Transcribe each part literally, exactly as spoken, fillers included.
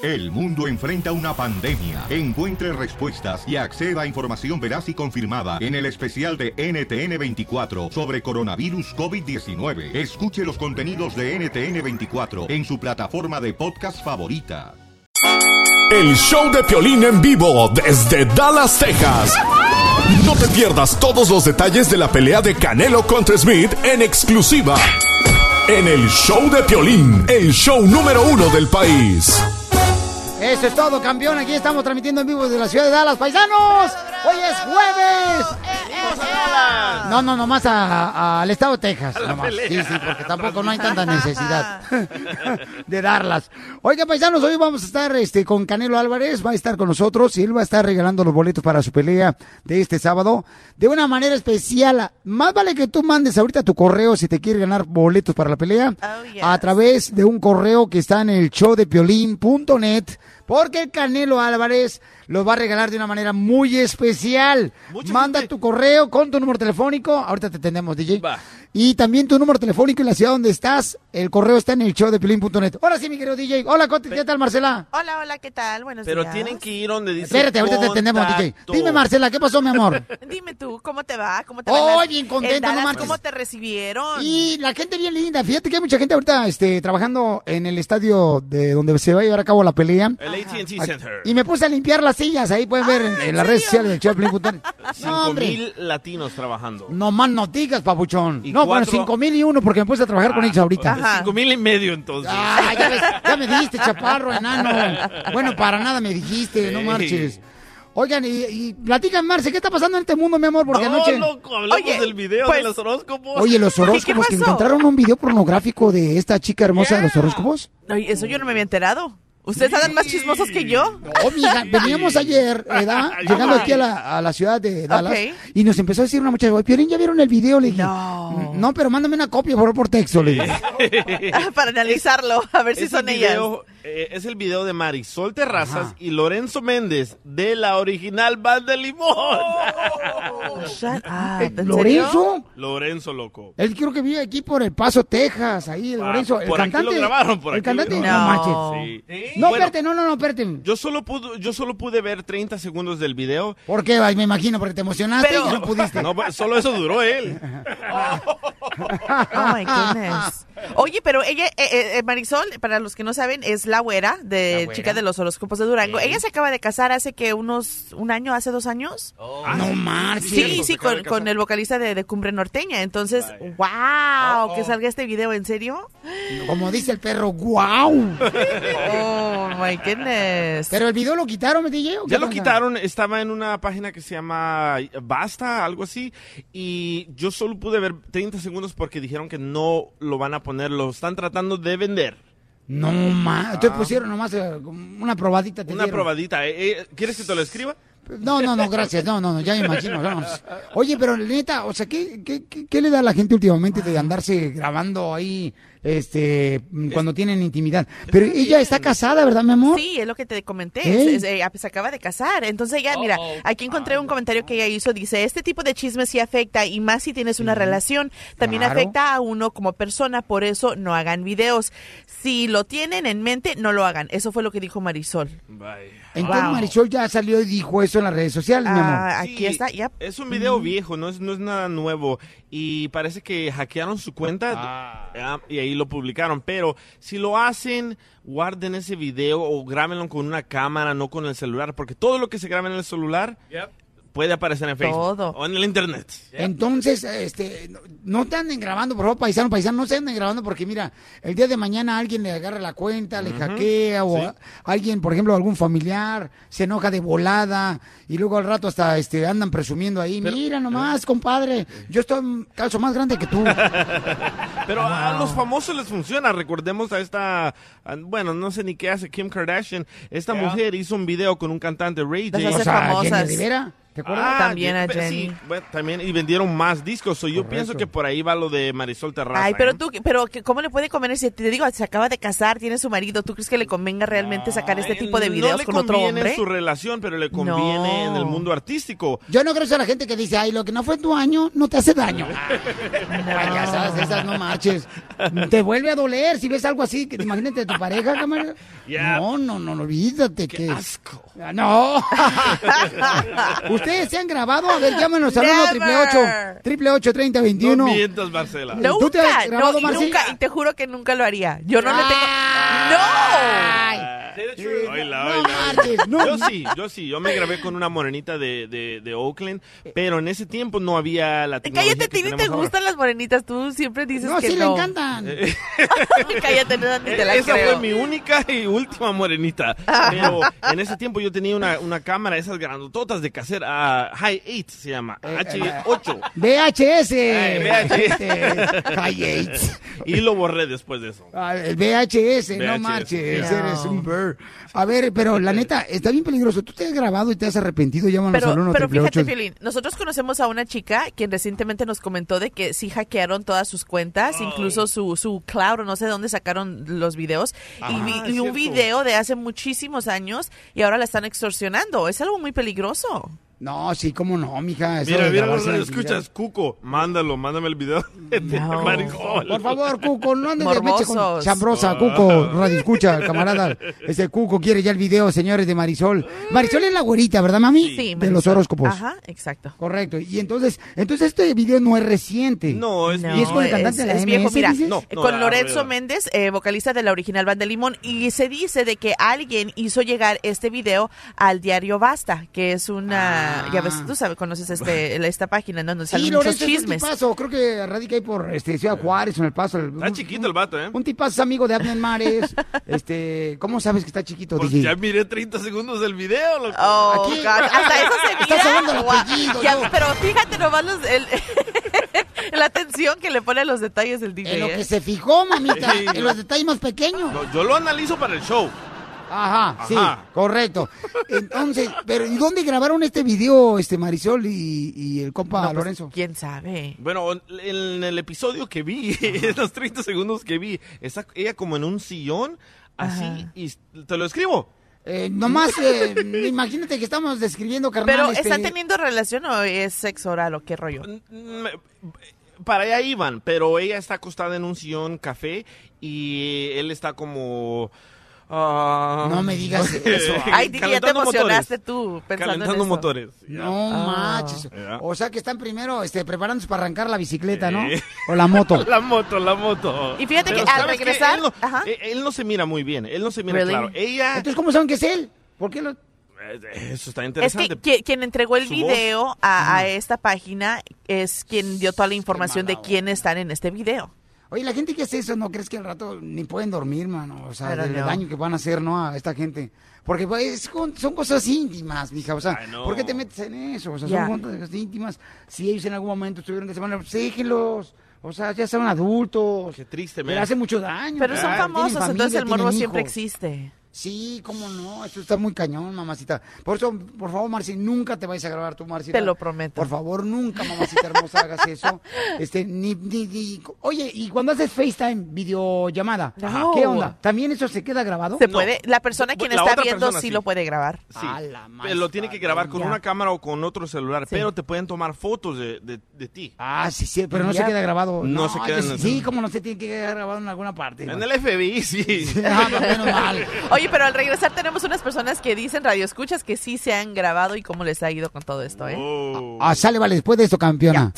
El mundo enfrenta una pandemia. Encuentre respuestas y acceda a información veraz y confirmada en el especial de N T N veinticuatro sobre coronavirus COVID diecinueve. Escuche los contenidos de N T N veinticuatro en su plataforma de podcast favorita. El show de Piolín en vivo desde Dallas, Texas. No te pierdas todos los detalles de la pelea de Canelo contra Smith en exclusiva en el show de Piolín, el show número uno del país. Eso es todo, campeón. Aquí estamos transmitiendo en vivo desde la ciudad de Dallas, paisanos. Hoy es jueves. No, no, nomás a, a, al estado de Texas. Nomás. Sí, sí, porque tampoco no hay tanta necesidad de darlas. Oiga, paisanos, hoy vamos a estar este, con Canelo Álvarez. Va a estar con nosotros y él va a estar regalando los boletos para su pelea de este sábado de una manera especial. Más vale que tú mandes ahorita tu correo si te quieres ganar boletos para la pelea oh, yes. a través de un correo que está en el show de piolín punto net. Porque el Canelo Álvarez los va a regalar de una manera muy especial. Mucha Manda gente. Tu correo con tu número telefónico. Ahorita te atendemos, D J. Va. Y también tu número telefónico y la ciudad donde estás. El correo está en el show de piolín punto net. Ahora sí, mi querido D J. Hola, ¿qué tal, Marcela? Hola, hola, ¿qué tal? Buenos Pero días. Pero tienen que ir donde dice Espérate, ahorita te atendemos, D J. Dime, Marcela, ¿qué pasó, mi amor? Dime tú, ¿cómo te va? ¿Cómo te va? Oh, bien contento, Dallas, no marches. ¿Cómo te recibieron? Y la gente bien linda. Fíjate que hay mucha gente ahorita este, trabajando en el estadio de donde se va a llevar a cabo la pelea. El A T and T Center. Y me puse a limpiar las sillas. Ahí pueden ver ah, en, en las redes sociales del show de piolín punto net. Cinco mil latinos trabajando. No más no digas, papuchón. Y no, cuatro... bueno, cinco mil y uno porque me puse a trabajar ah, con ellos ahorita. Ajá. Cinco mil y medio, entonces. Ah, ya, ves, ya me dijiste, chaparro, enano. Bueno, para nada me dijiste, sí. No marches. Oigan, y, y platican, Marce, ¿qué está pasando en este mundo, mi amor? Porque no, anoche... loco, hablamos Oye, del video pues... de los horóscopos. Oye, los horóscopos, que encontraron un video pornográfico de esta chica hermosa yeah. de los horóscopos. Oye, eso yo no me había enterado. ¿Ustedes andan más chismosos que yo? No, mija, veníamos ayer, ¿verdad? Llegando aquí a la, a la ciudad de Dallas. Okay. Y nos empezó a decir una muchacha, Piolín, ¿ya vieron el video? Le dije, no, no pero mándame una copia, por favor, por texto. Le dije. Para analizarlo, a ver si es son video, ellas. Eh, es el video de Marisol Terrazas Ajá. y Lorenzo Méndez de la original Val de Limón. Oh, shut up. ¿Lorenzo? Lorenzo, loco. Él creo que vive aquí por El Paso, Texas. Ahí, el ah, Lorenzo. El por cantante. Aquí lo grabaron, por el aquí cantante. Lo No, manches. Sí. ¿Sí? No, bueno, espérate, no, no, no, espérate. Yo solo, pude, yo solo pude ver treinta segundos del video. ¿Por qué? Ay, me imagino, porque te emocionaste Pero... y ya no pudiste. No, solo eso duró él. Oh, my goodness. Oye, pero ella, eh, eh, Marisol, para los que no saben, es la güera de la güera. Chica de los horóscopos de Durango. ¿Sí? Ella se acaba de casar hace que unos, un año, hace dos años. Oh. Ah, no marches. Sí, sí, con, con el vocalista de, de Cumbre Norteña. Entonces, Vaya. wow, oh, oh. que salga este video, ¿en serio? Como dice el perro, wow. Oh, my goodness. Pero el video lo quitaron, ¿me dije? Ya lo quitaron, estaba en una página que se llama Basta, algo así, y yo solo pude ver treinta segundos porque dijeron que no lo van a poner, lo están tratando de vender. No, más. Entonces ah. pusieron nomás una probadita. Te una dieron. probadita. ¿Eh? ¿Quieres que te lo escriba? No, no, no, gracias. No, no, no, ya me imagino. No. Oye, pero neta, o sea, ¿qué, qué, qué, qué le da a la gente últimamente de andarse grabando ahí este cuando es, tienen intimidad? Pero ella está casada, ¿verdad, mi amor? Sí, es lo que te comenté. ¿Eh? Es, es, se acaba de casar. Entonces ella, oh, mira, aquí encontré un comentario que ella hizo. Dice, este tipo de chismes sí afecta, y más si tienes una sí, relación. También claro. afecta a uno como persona, por eso no hagan videos. Si lo tienen en mente, no lo hagan. Eso fue lo que dijo Marisol. Bye. Entonces wow. Marisol ya salió y dijo eso en las redes sociales, ah, mi amor. Aquí sí, está, yep. Es un video mm. viejo, no es, no es nada nuevo. Y parece que hackearon su cuenta ah. y ahí lo publicaron. Pero si lo hacen, guarden ese video o grábenlo con una cámara, no con el celular. Porque todo lo que se graba en el celular... Yep. puede aparecer en Facebook Todo. o en el internet. Entonces, este, no te anden grabando, por favor, paisano, paisano, no se anden grabando porque mira, el día de mañana alguien le agarra la cuenta, le uh-huh. hackea o sí. a, alguien, por ejemplo, algún familiar se enoja de volada y luego al rato hasta este andan presumiendo ahí, Pero, mira nomás, compadre, yo estoy calzo más grande que tú. Pero wow. a los famosos les funciona, recordemos a esta, a, bueno, no sé ni qué hace Kim Kardashian, esta yeah. mujer hizo un video con un cantante, Ray J. O sea, ¿Jenny Rivera? ¿Te acuerdas? Ah, También a Jenny. Sí, bueno, también, y vendieron más discos. So yo Correcto. pienso que por ahí va lo de Marisol Terraza. Ay, pero ¿eh? tú, pero ¿cómo le puede convenir? Si te digo, se acaba de casar, tiene su marido, ¿tú crees que le convenga realmente sacar este tipo de videos no le con otro conviene hombre? en su relación, pero le conviene No. en el mundo artístico. Yo no creo que sea la gente que dice, ay, lo que no fue tu año no te hace daño. Payasas, esas no marches. Te vuelve a doler si ves algo así, que imagínate tu pareja, cámara. Yeah. No, no, no, olvídate ¡Qué que... asco! No. ¿Ustedes se han grabado? A ver, llámanos al uno triple ocho, triple ocho, treinta veintiuno. No mientas, Marcela. Nunca, ¿Tú te has grabado, no, y Marci? nunca, y te juro que nunca lo haría. Yo no le tengo... Ay. Say the truth. Oíla, No oíla. marches, no. Yo sí, yo sí. Yo me grabé con una morenita de, de, de Oakland, pero en ese tiempo no había la tecnología Cállate, que Tini, te tenemos ahora. gustan las morenitas. Tú siempre dices No, que sí no. le encantan. Cállate, no, ni te la Esa creo. fue mi única y última morenita. Pero en ese tiempo yo tenía una, una cámara, esas grandototas de cassette, uh, High ocho se llama, H ocho. V H S. Ay, V H S. Este, High eight. Y lo borré después de eso. Ah, el V H S, V H S, no marches, no. eres un bird. A ver, pero la neta, está bien peligroso. ¿Tú te has grabado y te has arrepentido? Llámanos Pero, al uno pero triple fíjate, ocho. Piolín, nosotros conocemos a una chica quien recientemente nos comentó de que sí hackearon todas sus cuentas, Oh. incluso su, su cloud, o no sé de dónde sacaron los videos, Ah, y, vi- y cierto. un video de hace muchísimos años y ahora la están extorsionando. Es algo muy peligroso. No, sí, cómo no, mija. eso Mira, de mira los grabarse en escuchas, Cuco, mándalo, mándame el video de No. Marisol. Por favor, Cuco, no andes de meche con Morbosos. chambrosa, Cuco, radio escucha, camarada. Ese Cuco quiere ya el video, señores, de Marisol. Marisol es la güerita, ¿verdad, mami? Sí, De Marisol. los horóscopos. Ajá, exacto. Correcto. Y entonces, entonces este video no es reciente. No, es No, ¿Y es con el cantante de la es M S, viejo. Mira, dices? No. con la Lorenzo verdad. Méndez, eh, vocalista de la original Banda Limón, y se dice de que alguien hizo llegar este video al diario Basta, que es una, Ah. ya ves, tú sabes, conoces este, esta página, ¿no? Donde Sí, salen muchos Lorenzo es un chismes. tipazo, creo que radica ahí por este, Ciudad Juárez, en El Paso. El- Está un- chiquito el vato, ¿eh? Un tipazo, es amigo de Abner Mares. este, ¿cómo sabes que está chiquito, Pues D J? ya miré treinta segundos del video, loco. Oh, Aquí- God, hasta eso se Estás hablando mira. del Guau. apellido, Ya, yo. pero fíjate nomás los, el, la atención que le pone a los detalles del D J. En lo ¿eh? que se fijó, mamita, Sí. en los detalles más pequeños. No, yo lo analizo para el show. Ajá, sí, Ajá. correcto. Entonces, pero ¿y dónde grabaron este video, este Marisol y, y el compa No, pues, Lorenzo? ¿Quién sabe? Bueno, en el episodio que vi, en los treinta segundos que vi, está ella como en un sillón, así, Ajá. y te lo escribo. Eh, nomás, eh, imagínate que estamos describiendo, carnal. Pero, este, ¿están teniendo relación o es sexo oral o qué rollo? Mm, Para allá iban, pero ella está acostada en un sillón café y él está como... ah, No me digas eso. Ay, D J, ya te calentando emocionaste motores. tú pensando Calentando en eso. motores. No Ah. manches. Ya. O sea que están primero este, preparándose para arrancar la bicicleta, ¿no? Sí. O la moto. La moto, la moto. Y fíjate Pero que al ¿sabes qué? regresar- Él no, Ajá. él- él no se mira muy bien, él no se mira Really? claro. Ella... Entonces, ¿cómo saben que es él? ¿Por qué lo...? Eh, Eso está Es interesante. que qui- quien entregó el Su video a, a esta página es quien dio toda la información de mala quién están en este video. Oye, la gente que hace eso, ¿no crees que al rato ni pueden dormir, mano? O sea, Pero del no. daño que van a hacer, ¿no? A esta gente. Porque pues, es con- son cosas íntimas, mija. O sea, Ay, no. ¿por qué te metes en eso? O sea, Ya. son cosas íntimas. Si ellos en algún momento estuvieron de semana, pues déjenlos. O sea, ya son adultos. Qué triste, Le man. hace mucho daño. Pero son Tienen famosos, familia, entonces el tienen morbo siempre hijos. existe. Sí, cómo no, esto está muy cañón, mamacita. Por eso, por favor, Marci, nunca te vayas a grabar tú, Marci. Te lo prometo. Por favor, nunca, mamacita hermosa, hagas eso. Este, ni, ni, ni- Oye, y cuando haces FaceTime, videollamada, No. ¿qué onda? ¿También eso se queda grabado? Se No. puede, la persona Bu- quien la está otra viendo persona sí sí. lo puede grabar. Sí, A la pero lo tiene que grabar con Ya. una cámara o con otro celular, Sí. pero te pueden tomar fotos de, de, de ti. Ah, sí, sí, pero no Ya. se queda grabado. No se queda que en el- Sí, como no se tiene que quedar grabado en alguna parte. En el F B I, sí. Ah, pues, menos mal. Oye, pero al regresar tenemos unas personas que dicen radio escuchas que sí se han grabado y cómo les ha ido con todo esto, ¿eh? Oh. Ah, sale, vale, después de esto, campeona.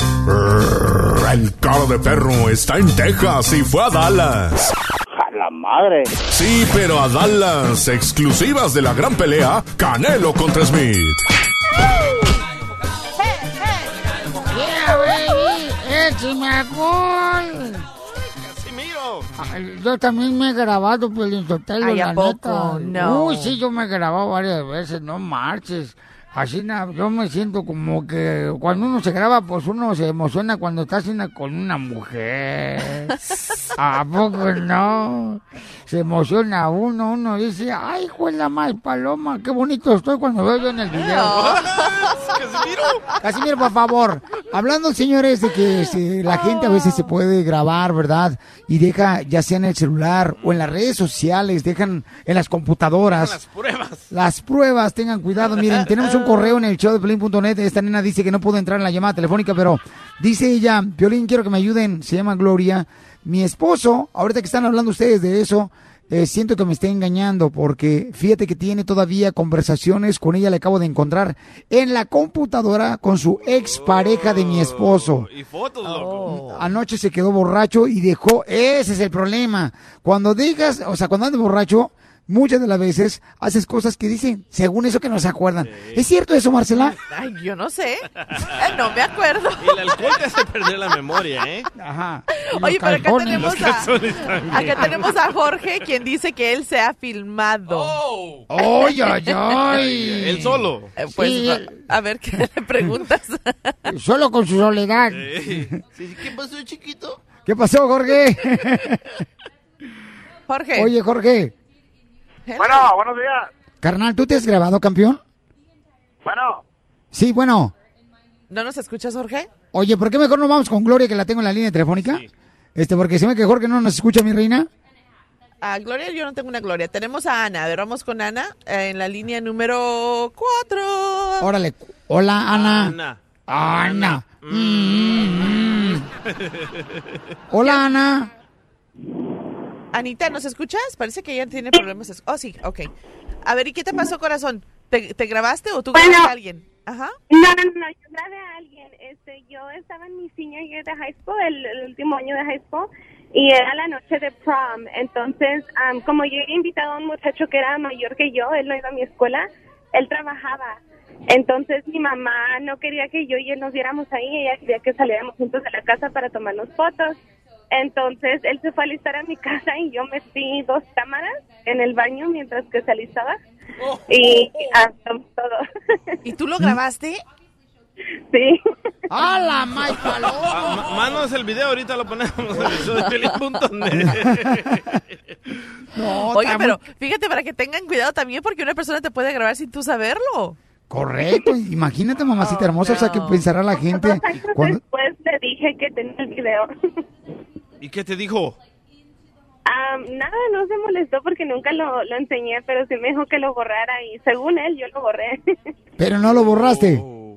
El cara de perro está en Texas y fue a Dallas. ¡A la madre! Sí, pero a Dallas, exclusivas de la gran pelea, Canelo contra Smith. Yeah, baby, échame alcohol. Casimiro. Ay, yo también me he grabado, Pelín Sotelo, Ay, ¿a la poco? neta. No. Uy, sí, yo me he grabado varias veces, no marches. Así na, yo me siento como que cuando uno se graba, pues uno se emociona cuando está haciendo con una mujer. ¿A poco no? Se emociona uno, uno dice, ay, hijo de la mal paloma, qué bonito estoy cuando veo yo en el video. Casimiro. Casimiro, por favor. Hablando, señores, de que este, la gente a veces se puede grabar, ¿verdad? Y deja, ya sea en el celular o en las redes sociales, dejan en las computadoras. Las pruebas. Las pruebas, tengan cuidado. Miren, tenemos un correo en el show de Piolín punto net. Esta nena dice que no pudo entrar en la llamada telefónica, pero dice ella, Piolín, quiero que me ayuden. Se llama Gloria. Mi esposo, ahorita que están hablando ustedes de eso, eh, siento que me está engañando porque fíjate que tiene todavía conversaciones con ella, le acabo de encontrar en la computadora con su expareja de mi esposo. Y fotos, loco. Anoche se quedó borracho y dejó, ese es el problema. Cuando dejas, o sea, cuando andas borracho, muchas de las veces haces cosas que dicen, según eso que no se acuerdan. Sí. ¿Es cierto eso, Marcela? Ay, yo no sé. No me acuerdo. Y el alcohol te hace perder la memoria, ¿eh? Ajá. Oye, pero acá tenemos, a, acá tenemos a Jorge, quien dice que él se ha filmado. ¡Oh! ¡Ay, ay, ay! ¿Él solo? Eh, pues, sí. a, a ver, ¿qué le preguntas? Solo con su soledad. Sí. Sí, ¿qué pasó, chiquito? ¿Qué pasó, Jorge? Jorge. Oye, Jorge. Bueno, buenos días. Carnal, ¿tú te has grabado, campeón? Bueno. Sí, bueno. ¿No nos escuchas, Jorge? Oye, ¿por qué mejor no vamos con Gloria, que la tengo en la línea telefónica? Sí. Este, porque se ve que Jorge no nos escucha, mi reina. A Gloria, yo no tengo una Gloria. Tenemos a Ana. A ver, vamos con Ana eh, en la línea número cuatro. Órale. Hola, Ana. Ana. Ana. Mm, mm. Hola, Ana. Anita, ¿nos escuchas? Parece que ella tiene problemas. Oh, sí, ok. A ver, ¿y qué te pasó, corazón? ¿Te, te grabaste o tú bueno, grabaste a alguien? Ajá. No, no, no, yo grabé a alguien. Este, yo estaba en mi senior year de high school, el, el último año de high school, y era la noche de prom. Entonces, um, como yo había invitado a un muchacho que era mayor que yo, él no iba a mi escuela, él trabajaba. Entonces, mi mamá no quería que yo y él nos viéramos ahí, ella quería que saliéramos juntos de la casa para tomarnos fotos. Entonces, él se fue a alistar a mi casa y yo metí dos cámaras en el baño mientras que se alistaba. Oh, y ah, todo. ¿Y tú lo grabaste? Sí. ¡Hala, Mike Paloma! Ah, Mános el video, ahorita lo ponemos en el show de Piolín punto net. No, oye, pero fíjate, para que tengan cuidado también, porque una persona te puede grabar sin tú saberlo. Correcto, imagínate, mamacita hermosa, oh, no. O sea, ¿qué pensará la gente? Cuando... Después le dije que tenía el video. ¿Y qué te dijo? Um, nada, no se molestó porque nunca lo, lo enseñé, pero sí me dijo que lo borrara y según él yo lo borré. ¿Pero no lo borraste? Oh.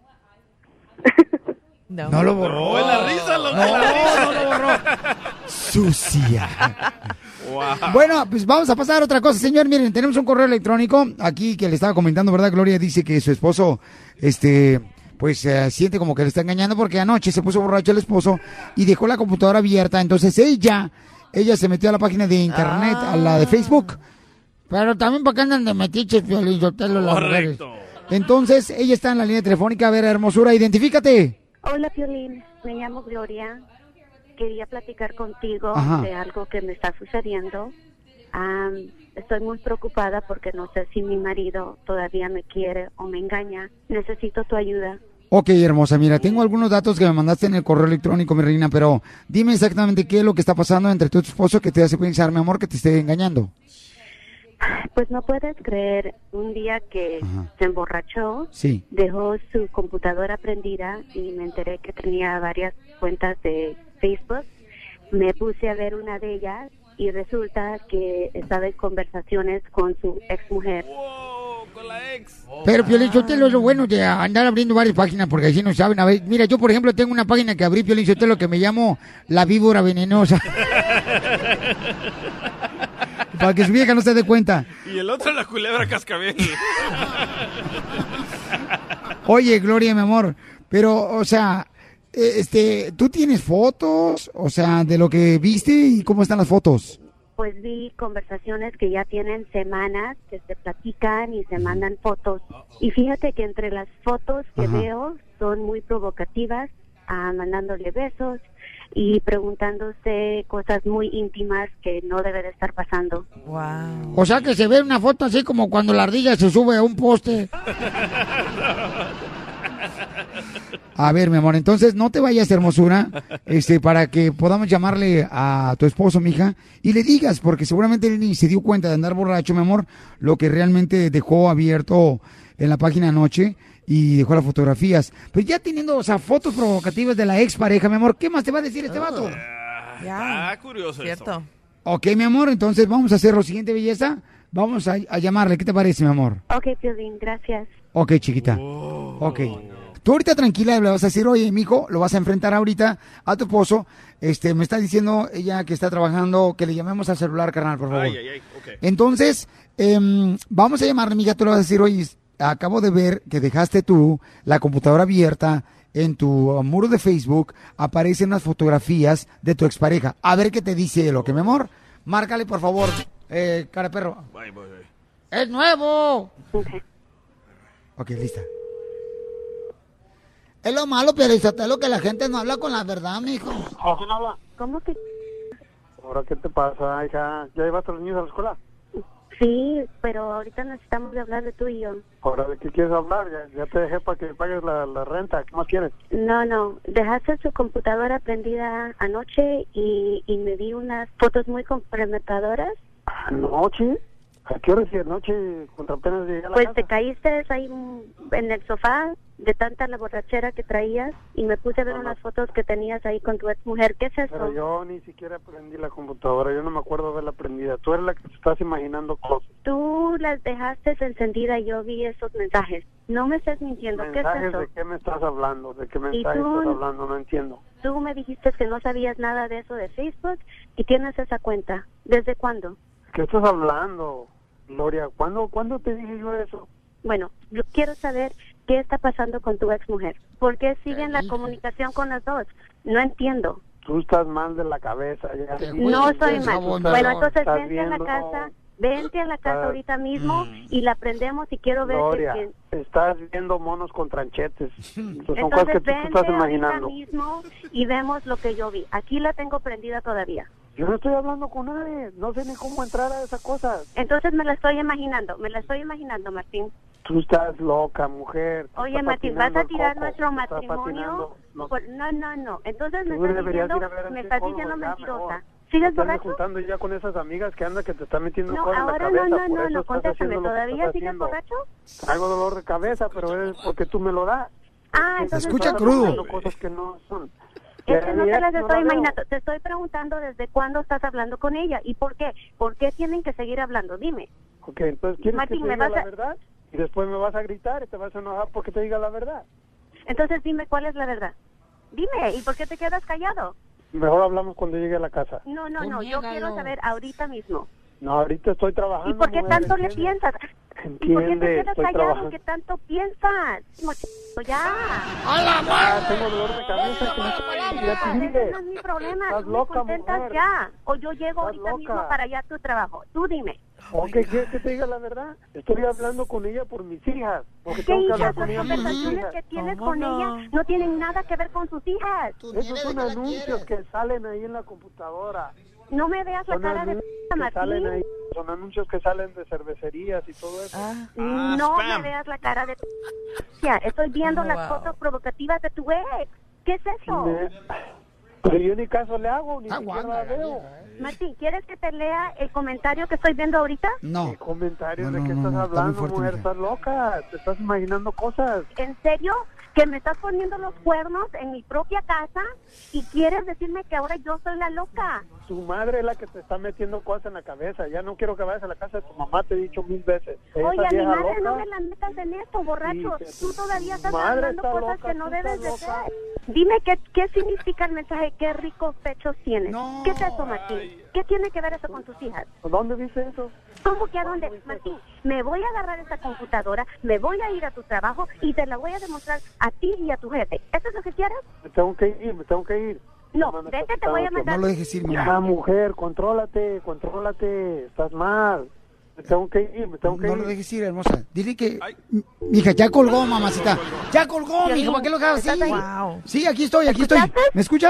No. No lo borró. Oh, la risa, lo no, la risa. no lo borró. Sucia. Wow. Bueno, pues vamos a pasar a otra cosa, señor. Miren, tenemos un correo electrónico aquí que le estaba comentando, ¿verdad? Gloria dice que su esposo, este... pues uh, siente como que le está engañando porque anoche se puso borracho el esposo y dejó la computadora abierta. Entonces ella, ella se metió a la página de internet, ah. a la de Facebook. Pero también para qué andan de metiches, Piolín Sotelo, las mujeres. Entonces ella está en la línea telefónica. A ver, hermosura, identifícate. Hola, Piolín. Me llamo Gloria. Quería platicar contigo Ajá. de algo que me está sucediendo. Um, estoy muy preocupada porque no sé si mi marido todavía me quiere o me engaña. Necesito tu ayuda. Ok, hermosa, mira, tengo algunos datos que me mandaste en el correo electrónico, mi reina, pero dime exactamente qué es lo que está pasando entre tu esposo que te hace pensar, mi amor, que te esté engañando. Pues no puedes creer, un día que Ajá. se emborrachó, sí. dejó su computadora prendida y me enteré que tenía varias cuentas de Facebook. Me puse a ver una de ellas y resulta que estaba en conversaciones con su ex mujer. Wow, con la ex. Pero Piolín Sotelo, es lo bueno de andar abriendo varias páginas porque así no saben. A ver, mira, yo por ejemplo tengo una página que abrí, Piolín Sotelo, que me llamo La Víbora Venenosa. Para que su vieja no se dé cuenta. Y el otro la culebra cascabel. Oye, Gloria, mi amor, pero, o sea, este, ¿tú tienes fotos, o sea, de lo que viste y cómo están las fotos? Pues vi conversaciones que ya tienen semanas, que se platican y se mandan fotos. Y fíjate que entre las fotos que Ajá. veo son muy provocativas, ah, mandándole besos. y preguntándose cosas muy íntimas que no debe de estar pasando. Wow. O sea que se ve una foto así como cuando la ardilla se sube a un poste. A ver, mi amor, entonces no te vayas, hermosura, este, para que podamos llamarle a tu esposo, mija, y le digas, porque seguramente él ni se dio cuenta de andar borracho, mi amor, lo que realmente dejó abierto en la página anoche y dejó las fotografías. Pues ya teniendo, o sea, fotos provocativas de la expareja, mi amor, ¿qué más te va a decir este vato? Ya. Está curioso Cierto. esto. Ok, mi amor, entonces vamos a hacer lo siguiente, belleza. Vamos a, a llamarle, ¿qué te parece, mi amor? Ok, Piolín, gracias. Ok, chiquita. Oh. Ok. Tú ahorita tranquila le vas a decir, oye, mijo, lo vas a enfrentar ahorita a tu esposo. Este, me está diciendo ella que está trabajando, que le llamemos al celular, carnal, por favor. Ay, ay, ay, okay. Entonces, eh, vamos a llamarle, mija, tú le vas a decir, oye, acabo de ver que dejaste tú la computadora abierta en tu muro de Facebook, aparecen unas fotografías de tu expareja. A ver qué te dice lo que, mi amor. Márcale, por favor, eh, cara perro. Bye, bye, bye. ¡Es nuevo! Ok. Ok, lista. Es lo malo, pero es lo que la gente no habla con la verdad, mijo. ¿Quién habla? ¿Cómo que? ¿Ahora qué te pasa, hija? ¿Ya llevaste a los niños a la escuela? Sí, pero ahorita necesitamos de hablar de tú y yo. ¿Ahora de qué quieres hablar? Ya, ya te dejé para que pagues la, la renta. ¿Qué más quieres? No, no, dejaste su computadora prendida anoche y, y me di unas fotos muy comprometedoras. ¿Anoche? ¿A qué hora si anoche contra apenas llegué a la Pues casa? te caíste ahí en el sofá de tanta la borrachera que traías y me puse a ver No, no. unas fotos que tenías ahí con tu ex mujer. ¿Qué es eso? Pero yo ni siquiera prendí la computadora. Yo no me acuerdo de haberla prendida. Tú eres la que te estás imaginando cosas. Tú las dejaste encendida y yo vi esos mensajes. No me estés mintiendo. ¿Qué es ¿Mensajes eso? de qué me estás hablando? ¿De qué mensajes tú? estás hablando? No entiendo. Tú me dijiste que no sabías nada de eso de Facebook y tienes esa cuenta. ¿Desde cuándo? ¿Qué estás hablando, Gloria? ¿Cuándo, ¿cuándo te dije yo eso? Bueno, yo quiero saber qué está pasando con tu ex mujer. ¿Por qué siguen la comunicación con las dos? No entiendo. Tú estás mal de la cabeza. Ya. Te No Pues, soy por mal. favor, Bueno, no. entonces Estás vente a la viendo- casa, vente a la casa Estás- ahorita mismo Mm. y la prendemos y quiero ver Gloria, que... estás viendo monos con tranchetes. Esas son cosas que Entonces tú te vente estás ahorita imaginando. mismo y vemos lo que yo vi. Aquí la tengo prendida todavía. Yo no estoy hablando con nadie. No sé ni cómo entrar a esas cosas. Entonces me la estoy imaginando, me la estoy imaginando, Martín. Tú estás loca, mujer. Te Oye, está Martín, ¿vas patinando a el tirar coco. nuestro Te está matrimonio? patinando. No, Por- No, no, no. Entonces me tú estás deberías diciendo, ir a ver al me estás psicólogo, diciendo ya, mentirosa. mejor. ¿Sigues No te andes borracho? juntando ya con esas amigas que andan que te están metiendo No, cosas en la ahora cabeza. no, no, por no, eso no, estás contéstame. haciendo lo que ¿Todavía estás sigues haciendo. borracho? Traigo dolor de cabeza, pero es porque tú me lo das. Ah, Porque entonces... escucha estás crudo. haciendo cosas que no son. Es que no Ya, te las no estoy la veo. imaginando. Te estoy preguntando desde cuándo estás hablando con ella y por qué. ¿Por qué tienen que seguir hablando? Dime. Ok, entonces ¿quieres Martín, que te ¿me diga vas la a- verdad? Y después me vas a gritar y te vas a enojar porque te diga la verdad. Entonces dime cuál es la verdad. Dime, ¿y por qué te quedas callado? Mejor hablamos cuando llegue a la casa. No, no, Pues no, yo niégalo. quiero saber ahorita mismo. No, ahorita estoy trabajando. ¿Y por qué mujer, tanto le entiende. piensas? ¿Y por qué te Entiende, quedas estoy callado? trabajando. ¿Qué tanto piensas? Mochito, ya. Ah, tengo dolor de cabeza. que no- Ya te Ese dije. no es mi problema. Estás Tú me loca, contentas mujer. ya. O yo llego Estás ahorita loca. mismo para allá a tu trabajo. Tú dime. ¿O qué quieres que te diga la verdad? Estoy hablando con ella por mis hijas. Porque ¿Qué tengo que hijas? hablar Las con ella por mis conversaciones hijas. que tienes ¿Cómo con no? ella no tienen nada que ver con sus hijas. Esos son anuncios que salen ahí en la computadora. No me veas la Son cara de anuncios p***, que salen ahí. Martín. Son anuncios que salen de cervecerías y todo eso. Ah, Ah, No spam. me veas la cara de p***. Ya, estoy viendo Oh, las wow. fotos provocativas de tu ex. ¿Qué es eso? Me- Pero yo ni caso le hago, ni siquiera Aguanta, la veo. Martín, ¿quieres que te lea el comentario que estoy viendo ahorita? No. ¿Qué comentarios No, de no, qué no, estás no, está muy hablando, fuerte, mujer? mija. Estás loca, te estás imaginando cosas. ¿En serio? ¿Que me estás poniendo los cuernos en mi propia casa y quieres decirme que ahora yo soy la loca? Tu madre es la que te está metiendo cosas en la cabeza. Ya no quiero que vayas a la casa de tu mamá, te he dicho mil veces. Esa Oye, a mi vieja madre loca, no me la metas en esto, borracho. Sí, que Tú tu todavía estás madre hablando está cosas loca, que no tú debes de estás loca. ser. Dime qué, qué significa el mensaje, qué ricos pechos tienes. No. ¿Qué es eso, Martín? ¿Qué tiene que ver eso con tus hijas? ¿Dónde viste eso? ¿Cómo que a dónde? Martín, me voy a agarrar esa computadora, me voy a ir a tu trabajo y te la voy a demostrar a ti y a tu jefe. ¿Eso es lo que quieres? Me tengo que ir, me tengo que ir. No, Mamá, me vete, está te voy a quitando mandar. No lo dejes ir, mi tiempo. amor. Ya, mujer, contrólate, contrólate. Estás mal. Me tengo que ir, me tengo que No ir. lo dejes ir, hermosa. Dile que... Ay. M- Mija, ya colgó, mamacita. Ya colgó, Piolín, mija. ¿Para qué lo dejas así? ¿estás ahí? Wow. Sí, aquí estoy, aquí estoy. ¿Escuchaste? ¿Me escuchas?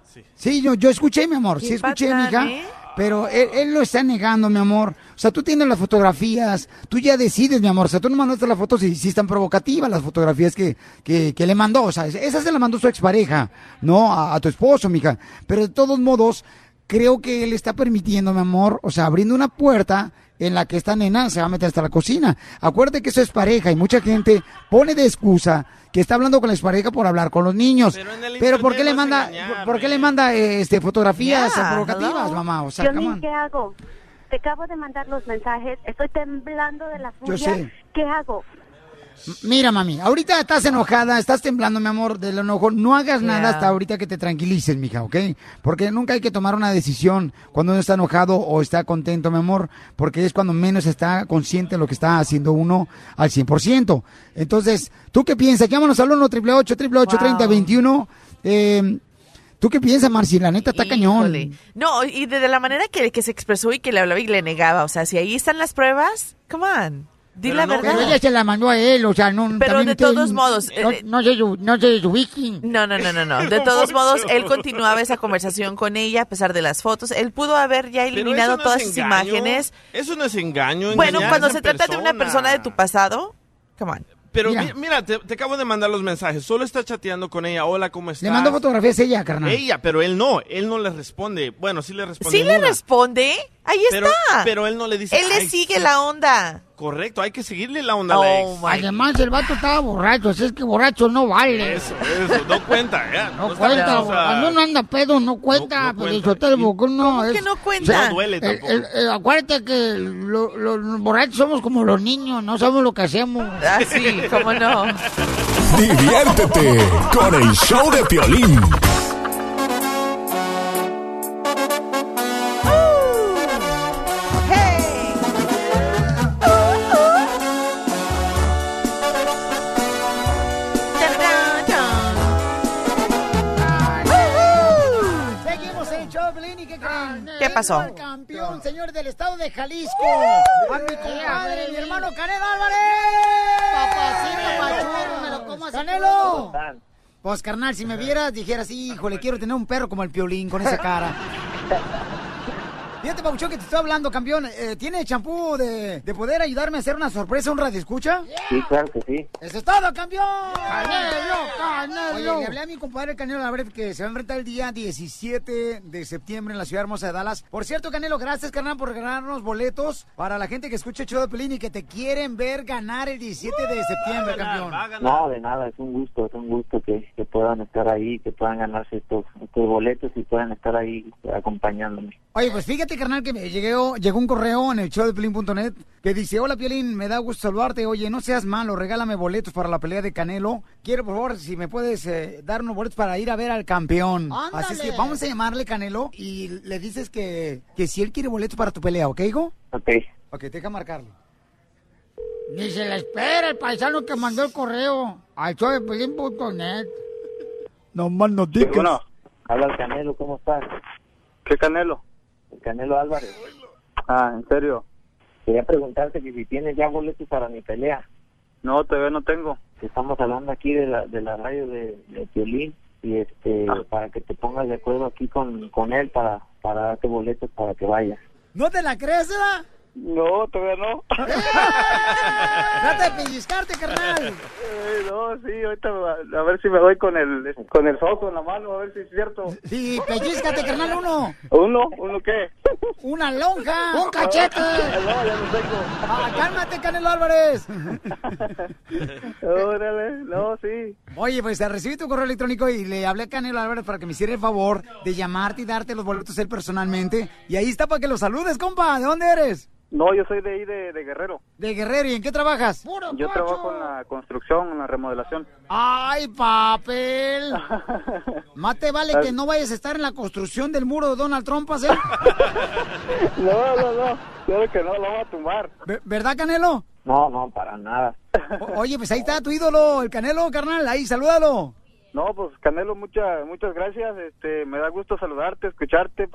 Sí, sí yo, yo escuché, mi amor, sí escuché, mija. ¿Eh? Pero él, él lo está negando, mi amor. O sea, tú tienes las fotografías, tú ya decides, mi amor. O sea, tú no mandaste las fotos y sí están provocativas las fotografías que, que, que le mandó. O sea, esa se la mandó su expareja, ¿no? A, a tu esposo, mija. Pero de todos modos, creo que él está permitiendo, mi amor, o sea, abriendo una puerta en la que esta nena se va a meter hasta la cocina. Acuérdate que eso es pareja y mucha gente pone de excusa que está hablando con la expareja por hablar con los niños. Pero, Pero ¿por qué le manda, engañar, por qué le manda este fotografías yeah, provocativas, hello. mamá? O sea, ¿qué hago? Te acabo de mandar los mensajes, estoy temblando de la furia. Yo sé. ¿Qué hago? Mira, mami, ahorita estás enojada, estás temblando, mi amor, del enojo. No hagas yeah. nada hasta ahorita que te tranquilices, mija, ¿ok? Porque nunca hay que tomar una decisión cuando uno está enojado o está contento, mi amor, porque es cuando menos está consciente de lo que está haciendo uno al cien por ciento. Entonces, ¿tú qué piensas? Llámanos al uno, ocho ocho ocho, ocho ocho, tres cero dos uno. Eh... ¿Tú qué piensas, Marci? La neta está Híjole. cañón. No, y de, de la manera que, que se expresó y que le hablaba y le negaba. O sea, si ahí están las pruebas, come on. Di la no, verdad. Pero ella se la mandó a él, o sea, no... Pero de todos modos... No, eh, no sé su, no sé su wiki. No, no, no, no, no. De todos modos, él continuaba esa conversación con ella a pesar de las fotos. Él pudo haber ya eliminado no todas sus imágenes. Eso no es engaño. Bueno, cuando se trata persona. de una persona de tu pasado, come on. Pero mira, mira te, te acabo de mandar los mensajes. Solo está chateando con ella. Hola, ¿cómo estás? Le mando fotografías a ella, carnal. Ella, pero él no. Él no le responde. Bueno, sí le responde. ¿Sí le responde? Ahí pero, está. Pero él no le dice... Él le sigue sí. la onda. Correcto, hay que seguirle la onda oh, a la ex. Además, el vato estaba borracho. Así es que borracho no vale. Eso, eso. No cuenta, ¿ya? No, no cuenta. O sea, cuando uno anda pedo, no cuenta. No, no pero cuenta. El bocón no ¿Cómo es, que no cuenta? No duele tampoco. El, el, el, acuérdate que lo, lo, los borrachos somos como los niños. No sabemos lo que hacemos. Ah, sí, cómo no. Diviértete con el show de Piolín. ¿Qué pasó? El campeón, señor del estado de Jalisco. A mi compadre, mi hermano Canelo Álvarez. Papacito pachurro, me lo como así. ¡Canelo! Pues, carnal, si me vieras, dijeras, híjole, quiero tener un perro como el Piolín con esa cara. Fíjate, Pabuchón, que te estoy hablando, campeón. Eh, ¿Tiene champú de, de poder ayudarme a hacer una sorpresa, un radioescucha? Sí, claro que sí. ¡Eso es todo, campeón! ¡Canelo, Canelo! Oye, le hablé a mi compadre Canelo Álvarez que se va a enfrentar el día diecisiete de septiembre en la ciudad hermosa de Dallas. Por cierto, Canelo, gracias, carnal, por regalarnos boletos para la gente que escucha el show de Piolín y que te quieren ver ganar el diecisiete de septiembre, campeón. No, de nada, es un gusto, es un gusto que, que puedan estar ahí, que puedan ganarse estos, estos boletos y puedan estar ahí acompañándome. Oye, pues fíjate, carnal, que me llegó, llegó un correo en el show de Piolín punto net que dice, hola, Piolín, me da gusto saludarte. Oye, no seas malo, regálame boletos para la pelea de Canelo. Quiero, por favor, si me puedes eh, dar unos boletos para ir a ver al campeón. ¡Ándale! Así es que vamos a llamarle, Canelo, y le dices que, que si él quiere boletos para tu pelea, ¿ok, hijo? Ok. Ok, deja marcarlo. Ni se la espera el paisano que mandó el correo al show de Piolín punto net. No más no digas. Bueno, habla el Canelo, ¿cómo estás? ¿Qué Canelo? El Canelo Álvarez. Ah, ¿en serio? Quería preguntarte que si tienes ya boletos para mi pelea. No, todavía no tengo. Estamos hablando aquí de la de la radio de, de Piolín y este ah. para que te pongas de acuerdo aquí con, con él para, para darte boletos para que vayas. ¿No te la crees, eh? No, todavía no. Trata de pellizcarte, carnal. Eh, no, sí, ahorita a ver si me doy con el con el soso en la mano, a ver si es cierto. Sí, pellizcate, carnal, uno. ¿Uno? ¿Uno qué? Una lonja, un cachete. No, ya no tengo. Ah, cálmate, Canelo Álvarez. Órale, no, sí. Oye, pues recibí tu correo electrónico y le hablé a Canelo Álvarez para que me hiciera el favor de llamarte y darte los boletos él personalmente. Y ahí está para que lo saludes, compa. ¿De dónde eres? No, yo soy de ahí, de, de Guerrero. ¿De Guerrero? ¿Y en qué trabajas? Puro yo cocho. Trabajo en la construcción, en la remodelación. ¡Ay, papel! Más te vale que no vayas a estar en la construcción del muro de Donald Trump, ¿eh? No, no, no. Claro que no, lo vamos a tumbar. ¿Verdad, Canelo? No, no, para nada. O, oye, pues ahí está tu ídolo, el Canelo, carnal. Ahí, salúdalo. No, pues Canelo, muchas muchas gracias. Este, me da gusto saludarte, escucharte, pues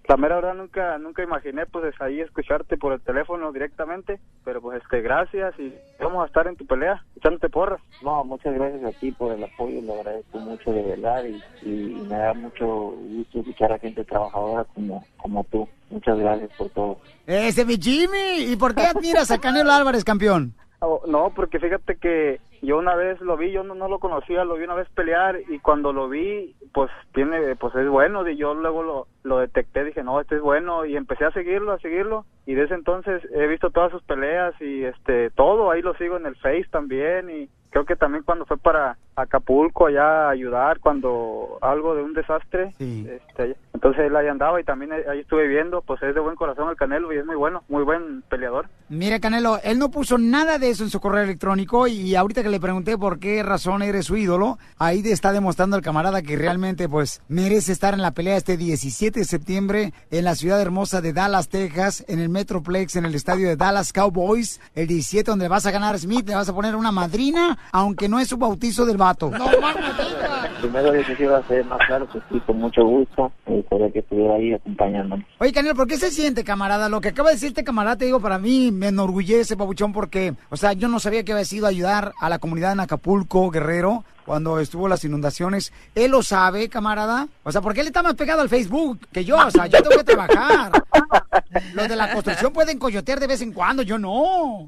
la mera verdad nunca nunca imaginé pues ahí escucharte por el teléfono directamente, pero pues este gracias y vamos a estar en tu pelea, echándote porras. No, muchas gracias a ti por el apoyo, lo agradezco mucho de verdad y, y me da mucho gusto escuchar a gente trabajadora como, como tú. Muchas gracias por todo. Ese mi Jimmy, ¿y por qué admiras a Canelo Álvarez, campeón? Oh, no, porque fíjate que yo una vez lo vi, yo no, no lo conocía, lo vi una vez pelear y cuando lo vi, pues tiene, pues es bueno, y yo luego lo, lo detecté, dije, no, este es bueno, y empecé a seguirlo, a seguirlo, y desde entonces he visto todas sus peleas y este, todo, ahí lo sigo en el Face también, y creo que también cuando fue para Acapulco allá a ayudar cuando algo de un desastre, sí. este, entonces él ahí andaba y también ahí estuve viendo, pues es de buen corazón el Canelo y es muy bueno, muy buen peleador. Mira, Canelo, él no puso nada de eso en su correo electrónico y ahorita que le pregunté por qué razón eres su ídolo, ahí está demostrando el camarada que realmente pues merece estar en la pelea este diecisiete de septiembre en la ciudad hermosa de Dallas, Texas, en el Metroplex, en el estadio de Dallas Cowboys, el diecisiete, donde vas a ganar Smith, le vas a poner una madrina, aunque no es su bautizo del vato. No, primero yo quisiera hacer más claro que sí, con mucho gusto, y poder que estuviera ahí acompañándome. Oye, Canelo, ¿por qué se siente, camarada? Lo que acaba de decir este camarada, te digo, para mí me enorgullece, papuchón, porque, o sea, yo no sabía que había sido ayudar a la comunidad en Acapulco, Guerrero, cuando estuvo las inundaciones. Él lo sabe, camarada. O sea, ¿por qué él está más pegado al Facebook que yo? O sea, yo tengo que trabajar. Los de la construcción pueden coyotear de vez en cuando, yo no.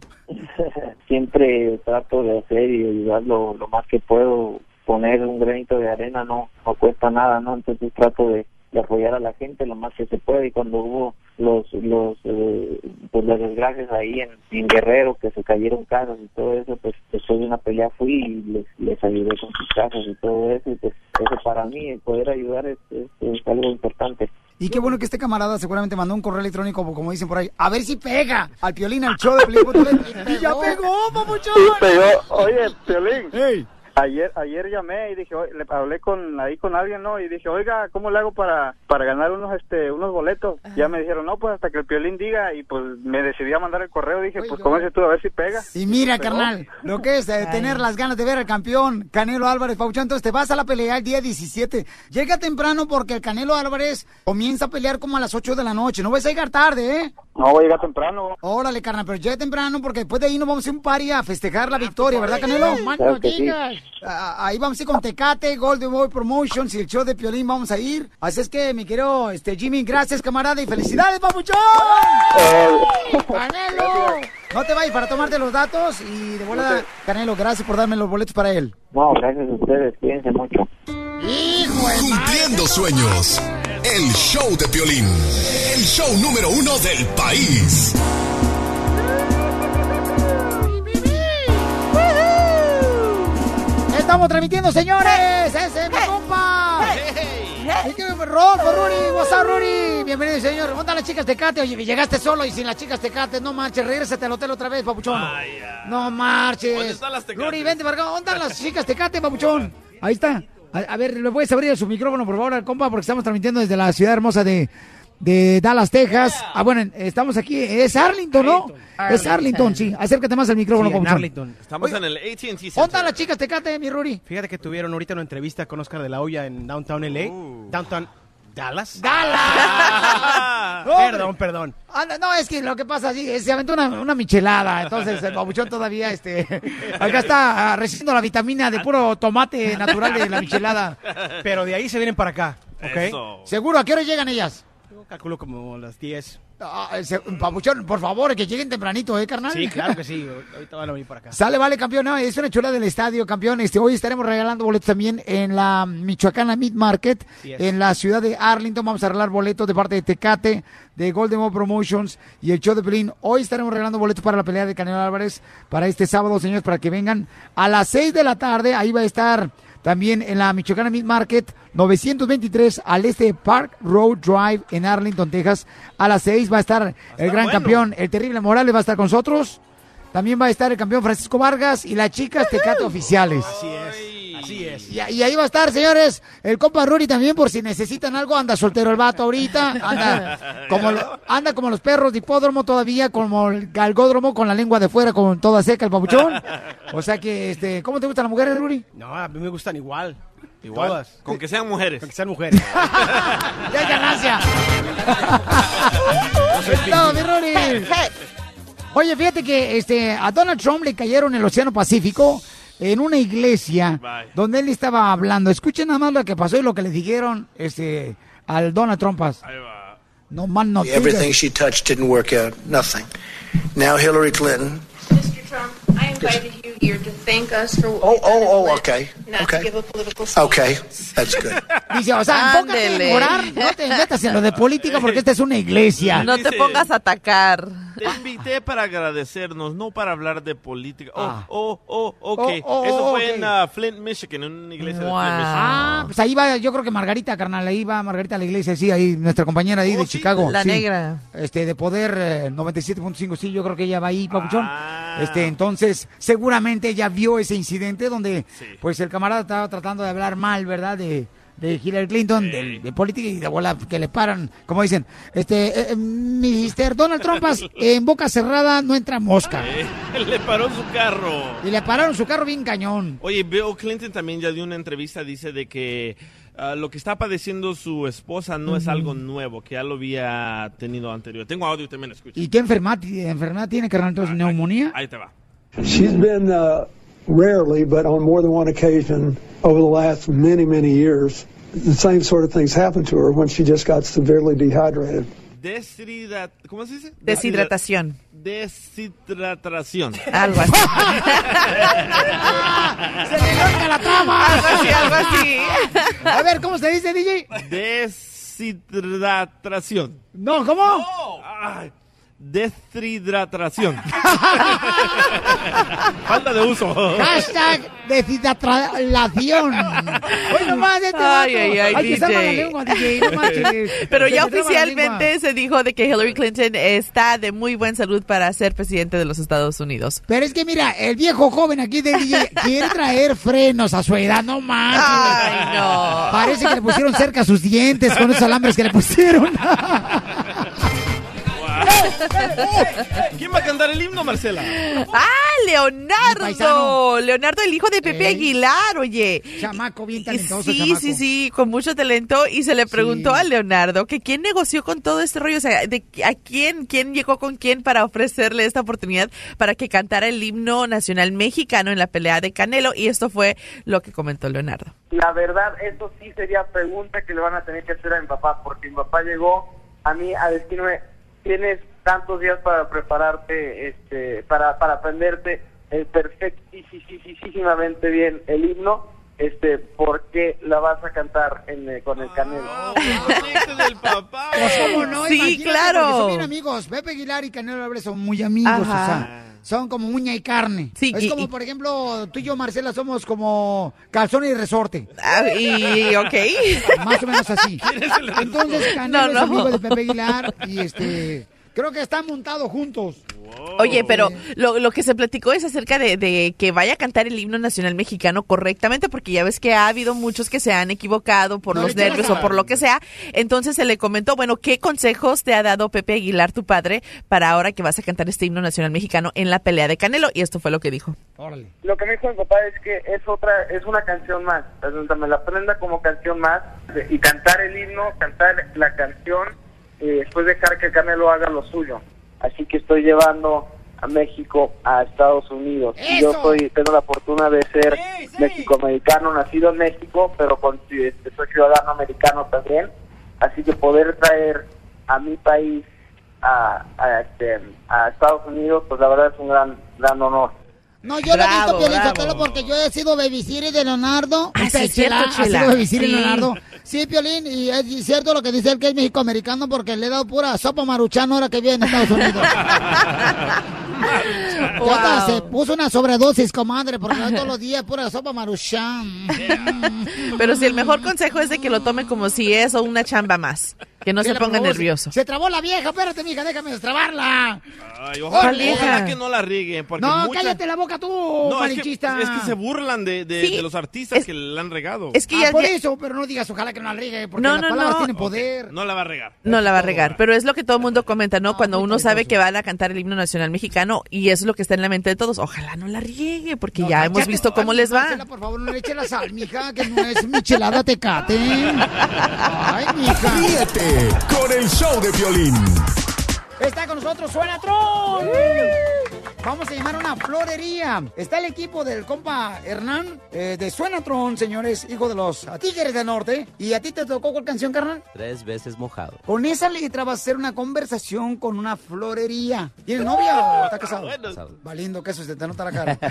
Siempre trato de hacer y ayudar lo, lo más que puedo. Poner un granito de arena no, no cuesta nada, ¿no? Entonces trato de, de apoyar a la gente lo más que se puede. Y cuando hubo los los eh, pues las desgracias ahí en, en Guerrero, que se cayeron casas y todo eso, pues después de una pelea fui y les, les ayudé con sus casas y todo eso. Y pues eso para mí, el poder ayudar es, es, es algo importante. Y qué bueno que este camarada seguramente mandó un correo electrónico, como dicen por ahí, a ver si pega al Piolín, al show de Piolín. Y ya pegó, papuchón. Sí, pegó. Oye, Piolín. Hey. Ayer ayer llamé y dije, le hablé con ahí con alguien, ¿no? Y dije, oiga, ¿cómo le hago para para ganar unos este unos boletos? Ajá. Ya me dijeron, no, pues hasta que el Piolín diga, y pues me decidí a mandar el correo, dije, Oye, pues como ese tú, a ver si pega. Y mira, carnal, lo que es eh, tener las ganas de ver al campeón Canelo Álvarez, papuchón. Entonces te vas a la pelea el día diecisiete. Llega temprano porque el Canelo Álvarez comienza a pelear como a las ocho de la noche. No vas a llegar tarde, ¿eh? No, voy a llegar temprano. Órale, carnal, pero llega temprano porque después de ahí nos vamos a ir un party a festejar la victoria, ¿verdad, Canelo? Claro que sí. Ah, ahí vamos a ir con Tecate, Golden Boy Promotions y el show de Piolín vamos a ir. Así es que, mi querido este, Jimmy, gracias, camarada, y felicidades, papuchón. ¡Canelo! No te vayas para tomarte los datos y de volada, Canelo, gracias por darme los boletos para él. No, gracias a ustedes, cuídense mucho. ¡Hijo de Cumpliendo sueños, el show de Piolín, el show número uno del país. Estamos transmitiendo, señores. Ese es mi compa. Hey. Hey. Rolfo, Ruri, what's up, Ruri? Bienvenido, señor. ¿Dónde están las chicas Tecate? Oye, llegaste solo y sin las chicas Tecate. No marches, regrésate al hotel otra vez, papuchón. Ay, no marches. ¿Dónde están las Tecate? Ruri, vente para acá. ¿Dónde están las chicas Tecate, papuchón? Ahí está. A, a ver, ¿le puedes abrir su micrófono, por favor, al compa? Porque estamos transmitiendo desde la ciudad hermosa de... de Dallas, Texas. Yeah. Ah, bueno, estamos aquí. Es Arlington, ¿no? Arlington. Es Arlington, sí. Acércate más al micrófono, sí, en Arlington. Estamos Oye, en el A T and T Center. ¿Dónde están las chicas Tecate, mi Ruri? Fíjate que tuvieron ahorita una entrevista con Oscar de la Hoya en Downtown L A. Uh. Downtown Dallas. ¡Dallas! Ah, perdón, perdón. Ah, no, es que lo que pasa así, se aventó una, una michelada. Entonces el babuchón todavía, este, acá está resistiendo la vitamina de puro tomate natural de la michelada. Pero de ahí se vienen para acá, ¿ok? Eso. ¿Seguro? ¿A qué hora llegan ellas? Yo calculo como las diez. Ah, ese, papuchón, por favor, que lleguen tempranito, ¿eh, carnal? Sí, claro que sí. Ahorita van a venir para acá. Sale, vale, campeón. No, es una chula del estadio, campeón. Este, hoy estaremos regalando boletos también en la Michoacana Meat Market, yes. En la ciudad de Arlington. Vamos a regalar boletos de parte de Tecate, de Golden Boy Promotions y el show de Piolín. Hoy estaremos regalando boletos para la pelea de Canelo Álvarez para este sábado, señores, para que vengan a las seis de la tarde. Ahí va a estar también en la Michoacana Meat Market, novecientos veintitrés al este de Park Road Drive en Arlington, Texas. A las seis va a estar el gran bueno. campeón, el terrible Morales, va a estar con nosotros. También va a estar el campeón Francisco Vargas y las chicas Tecate oficiales. Así es, así es. Y, y ahí va a estar, señores, el compa Ruri también, por si necesitan algo. Anda soltero el vato ahorita. Anda como, lo, anda como los perros de hipódromo todavía, como el galgódromo, con la lengua de fuera, con toda seca el papuchón. O sea que, este, ¿cómo te gustan las mujeres, Ruri? No, a mí me gustan igual. Igual, Todas. Con que sean mujeres. Con que sean mujeres. ¡Ya hay ganancia! ¡No, mi Ronnie! Oye, fíjate que este, a Donald Trump le cayeron en el Océano Pacífico en una iglesia Bye. donde él estaba hablando. Escuchen nada más lo que pasó y lo que le dijeron este, al Donald Trump. Ahí va. No más noticias. Everything she touched didn't work out. Nothing. Now Hillary Clinton. Mister Trump, I invited you here to thank us for what Oh, we've done oh, in oh, Lit, okay. not Okay. to give a political speech. Okay, that's good. Dice, o sea, enfócate en Ándele. orar, no te metas en lo de política porque esta es una iglesia. No te Dice- pongas a atacar. Te invité para agradecernos, no para hablar de política. Oh, Ah. oh, oh, ok. Oh, oh, Eso oh, fue ok. en uh, Flint, Michigan, en una iglesia Wow. de Flint, Michigan. Ah, pues ahí va, yo creo que Margarita, carnal, ahí va Margarita a la iglesia, sí, ahí, nuestra compañera ahí Oh, de sí. Chicago. La sí. negra. Este, de Poder eh, noventa y siete punto cinco, sí, yo creo que ella va ahí, papuchón. Ah. Este, entonces, seguramente ella vio ese incidente donde, Sí. pues, el camarada estaba tratando de hablar mal, ¿verdad?, de, de Hillary Clinton, Sí. de, de política, y de bola que le paran, como dicen, este, eh, mister Donald Trump, en boca cerrada no entra mosca. Eh, le paró su carro. Y le pararon su carro bien cañón. Oye, Bill Clinton también ya dio una entrevista, dice de que uh, lo que está padeciendo su esposa no es algo nuevo, que ya lo había tenido anterior. Tengo audio también, escucha. ¿Y qué enfermedad, enfermedad tiene, carnal? Entonces, ¿neumonía? Ahí te va. She's been uh, rarely, but on more than one occasion over the last many, many years, the same sort of things happened to her when she just got severely dehydrated. Deshidrat... ¿Cómo se dice? Deshidratación. Deshidratación. Algo así. ¡Se le larga la trama! Algo así, algo así. A ver, ¿cómo se dice, D J? Deshidratación. No, ¿cómo? Ay, deshidratación. Falta de uso. Hashtag deshidratación. Hoy nomás este Ay, vato. ay, ay, Hay que usar D J. la lengua, D J, no manches. Pero Se ya te traba la oficialmente lengua. se dijo de que Hillary Clinton está de muy buena salud para ser presidente de los Estados Unidos. Pero es que mira, el viejo joven aquí de D J quiere traer frenos a su edad, no manches. Ay, no. Parece que le pusieron cerca sus dientes con esos alambres que le pusieron. ¿Quién va a cantar el himno, Marcela? ¡Ah, Mi Leonardo! paisano. Leonardo, el hijo de Pepe Ey. Aguilar, oye. Chamaco bien Y talentoso, sí, chamaco. sí, sí, con mucho talento. Y se le preguntó Sí. a Leonardo que quién negoció con todo este rollo, o sea, de a quién, quién llegó con quién para ofrecerle esta oportunidad para que cantara el himno nacional mexicano en la pelea de Canelo. Y esto fue lo que comentó Leonardo. La verdad, eso sí sería pregunta que le van a tener que hacer a mi papá, porque mi papá llegó a mí a decirme, tienes tantos días para prepararte, este, para, para aprenderte eh, perfectísimamente bien el himno, este, ¿por qué la vas a cantar en, eh, con el Canelo? del papá. Pues, ¿cómo no? Sí, Imagínate, claro. porque son bien amigos. Pepe Aguilar y Canelo Álvarez son muy amigos, Ajá. o sea, son como uña y carne. Sí, es y- como, y- por ejemplo, tú y yo, Marcela, somos como calzón y resorte. Ah, y, ok. Más o menos así. Entonces, Canelo No, es no. amigo de Pepe Aguilar y este... Creo que están montados juntos. Oye, pero lo, lo que se platicó es acerca de, de que vaya a cantar el himno nacional mexicano correctamente, porque ya ves que ha habido muchos que se han equivocado por No los le quieras nervios o a- por lo que sea. Entonces se le comentó, bueno, ¿qué consejos te ha dado Pepe Aguilar, tu padre, para ahora que vas a cantar este himno nacional mexicano en la pelea de Canelo? Y esto fue lo que dijo. Órale. Lo que me dijo mi papá es que es otra, es una canción más, entonces me la aprenda como canción más y cantar el himno, cantar la canción y después dejar que Canelo haga lo suyo. Así que estoy llevando a México a Estados Unidos. Y yo ¡Eso! soy, tengo la fortuna de ser Sí, sí. mexicoamericano, nacido en México, pero con, este, soy ciudadano americano también. Así que poder traer a mi país a, a, este, a Estados Unidos, pues la verdad es un gran, gran honor. No, yo lo he Bravo, visto, Piolín bravo. Sotelo, porque yo he sido babysitter de Leonardo. Ah, sí, Este, es cierto, Chela, ha Chela. sido babysitter Sí. de Leonardo. Sí, Piolín, y es cierto lo que dice él, que es mexicoamericano, porque le he dado pura sopa maruchan ahora que vive en Estados Unidos. Wow. Ya se puso una sobredosis, comadre, porque no todos los días pura sopa maruchan. Pero si el mejor consejo es de que lo tome como si es o una chamba más. Que no se Dile, ponga por favor, nervioso. Se, se trabó la vieja, espérate, mija, déjame destrabarla. Ay, ojalá, Oye, ojalá que no la rieguen. Porque No, mucha... cállate la boca tú, no, es que, malinchista. es que se burlan de, de, Sí. de los artistas Es- que la han regado. Es que Ah, ya, por ya- eso, pero no digas ojalá que no la riegue, porque No, las no, palabras no. tienen poder. No la va a regar. no la va a regar, pero es lo que todo el mundo comenta, ¿no? Cuando muy uno sabe talentoso. que van a cantar el himno nacional mexicano y eso es lo que está en la mente de todos. Ojalá no la riegue, porque No, ya cállate. hemos visto cómo Ay, les va. Marcela, por favor, no le eche la sal, mija, que no es michelada Tecate. Ay, mija. Ríete con el show de Piolín. Está con nosotros Suenatron. Vamos a llamar a una florería. Está el equipo del compa Hernán eh, de Suenatron, señores, hijo de los Tigres del Norte. ¿Y a ti te tocó cuál canción, carnal? Tres veces mojado. Con esa letra vas a hacer una conversación con una florería. ¿Tienes novia o está casado? Casado. Valiendo que eso se te nota la cara.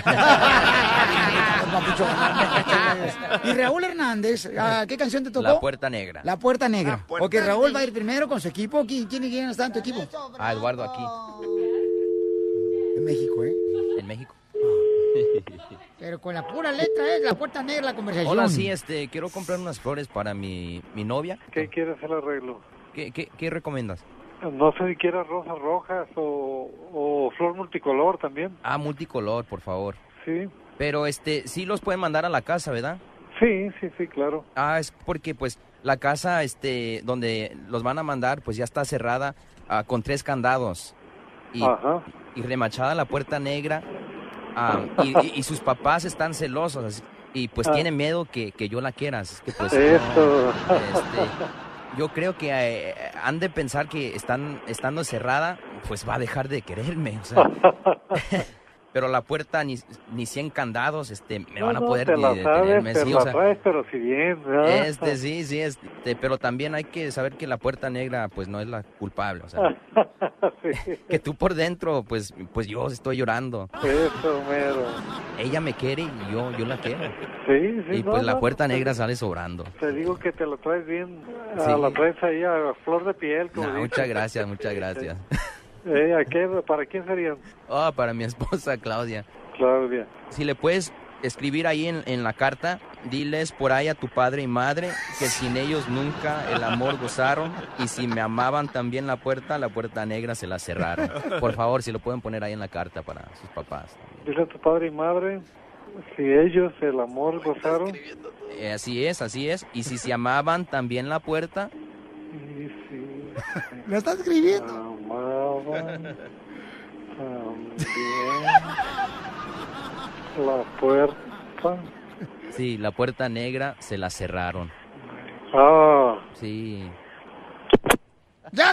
Y Raúl Hernández, ¿a ¿qué canción te tocó? La Puerta Negra. La Puerta Negra. La Puerta ok, Raúl va a ir primero con su equipo. ¿Quién, quién, quién está en tu equipo? Ah, Eduardo aquí. En México, ¿eh? En México. Pero con la pura letra es la Puerta Negra la conversación. Hola, sí, este, quiero comprar unas flores para mi, mi novia. ¿Qué quieres el arreglo? ¿Qué, qué, qué recomiendas? No sé si quieres rosas rojas o, o flor multicolor también. Ah, multicolor, por favor. Sí, Pero, este, sí los pueden mandar a la casa, ¿verdad? sí, sí, sí, claro. Ah, es porque, pues, la casa, este, donde los van a mandar, pues ya está cerrada ah, con tres candados. Y, Ajá. y remachada la Puerta Negra. ah, y, y- y sus papás están celosos, así- y pues Ah. tienen miedo que, que yo la quiera. Así que, pues, Eso. este, yo creo que eh, han de pensar que están estando cerrada, pues va a dejar de quererme. O sea. Pero la puerta ni, ni cien candados, este, me van a No, no, poder te la detenerme. sabes, te Sí, la o sea, traes, pero si bien, ¿verdad? este, sí, sí, este, pero también hay que saber que la Puerta Negra, pues no es la culpable, o sea, Sí. que tú por dentro, pues, pues yo estoy llorando. Eso, mero. Ella me quiere y yo, yo la quiero. Sí, sí. Y no, pues la no, Puerta te- Negra sale sobrando. Te digo que te lo traes bien, ah, Sí. la traes ahí a flor de piel, como No, dicen. muchas gracias, muchas gracias. Eh, ¿a qué, ¿Para quién serían? Oh, para mi esposa Claudia. Claudia. Si le puedes escribir ahí en, en la carta, diles por ahí a tu padre y madre que sin ellos nunca el amor gozaron y si me amaban también la puerta, la Puerta Negra se la cerraron. Por favor, si lo pueden poner ahí en la carta para sus papás. Dile a tu padre y madre si ellos el amor gozaron. Eh, así es, así es. Y si se amaban también la puerta. Y si ¿Lo estás escribiendo? amaban también la puerta. Sí, la Puerta Negra se la cerraron. Ah. Sí. ¡Ya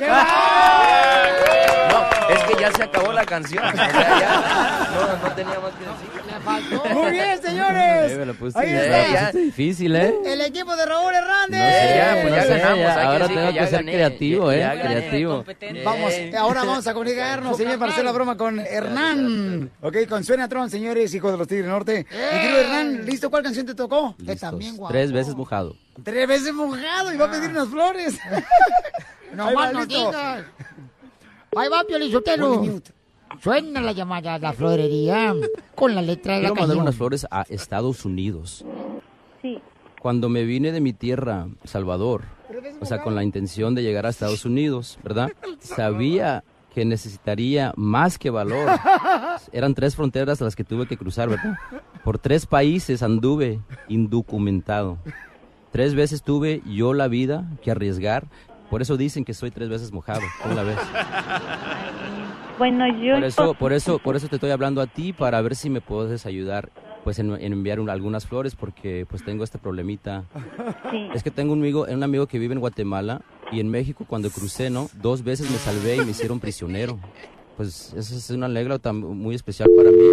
No, es que ya se acabó la canción. O sea, ya, no, no tenía más que decir. Muy bien, señores. Eh, me lo puse- Ahí ya, está. ya pusiste difícil, ¿eh? El equipo de Raúl Hernández. No sé, Ya, pues ya no sé, ganamos, ya, hay que ahora decir tengo que que, ya ser gané, creativo, ya- ¿eh? ya gané. Creativo. Vamos, ahora vamos a comunicarnos, señor, para hacer la broma con Hernán. Ok, con Suenatron, señores, hijos de los Tigres del Norte. Mi querido Hernán, ¿listo? ¿Cuál canción te tocó? Que Listos. también guapo. Tres veces mojado. Tres veces mojado y va a pedir unas flores. No Ahí va, más no listo. digas. Ahí va, Piolín Sotelo. Suena la llamada a la florería con la letra de la Quiero mandar canción. unas flores a Estados Unidos. Sí. Cuando me vine de mi tierra, Salvador, o sea, con la intención de llegar a Estados Unidos, ¿verdad? Sabía que necesitaría más que valor. Eran tres fronteras las que tuve que cruzar, ¿verdad? Por tres países anduve indocumentado. Tres veces tuve yo la vida que arriesgar. Por eso dicen que soy tres veces mojado. ¿Cómo la ves? Bueno, yo... Por eso, por eso, por eso te estoy hablando a ti para ver si me puedes ayudar, pues, en, en enviar un- algunas flores, porque pues tengo este problemita. Sí. Es que tengo un amigo, un amigo que vive en Guatemala y en México cuando crucé, ¿no? Dos veces me salvé y me hicieron prisionero. Pues eso es una alegría tan- muy especial para mí.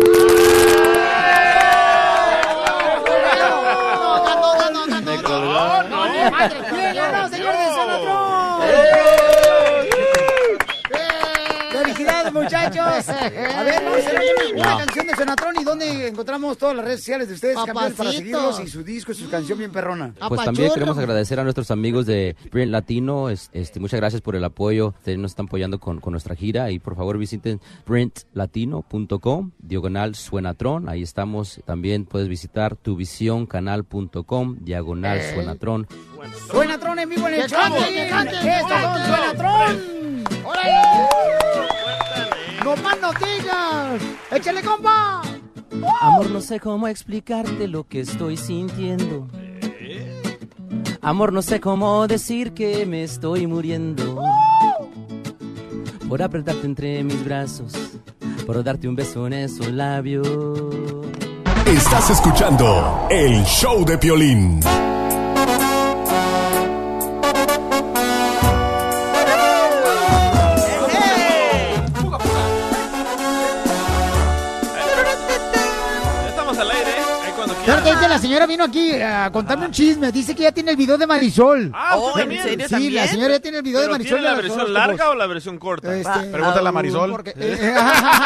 Me colgó. No, no, madre. Bien, ganó, señor de Suenatron. ¡Felicidades, muchachos! muchachos. A ver, vamos a hacer una, una canción de Suenatrón. ¿Y dónde encontramos todas las redes sociales de ustedes, campeones, para seguirlos y su disco y su canción bien perrona? Pues también queremos agradecer a nuestros amigos de Sprint Latino. Este, muchas gracias por el apoyo. Ustedes nos están apoyando con, con nuestra gira. Y por favor visiten sprint latino punto com, diagonal Suenatrón. Ahí estamos. También puedes visitar tu visión canal punto com, diagonal Eh. Suenatrón. Suenatrón en vivo en el ¡Que show. cante, ¡Que cante! ¡Estos son Suenatrón! ¡Órale! ¡No más noticias! ¡Échale, compa! Amor, no sé cómo explicarte lo que estoy sintiendo. Amor, no sé cómo decir que me estoy muriendo. Por apretarte entre mis brazos, por darte un beso en esos labios. Estás escuchando el show de Piolín. Claro que dice, la señora vino aquí a contarme un chisme. Dice que ya tiene el video de Marisol. Ah, oh, ¿en serio Sí, también? la señora ya tiene el video de ¿Pero Marisol. tiene la de los versión horóscopos. larga o la versión corta? Este, Ah, Pregúntale a Marisol. Porque, eh,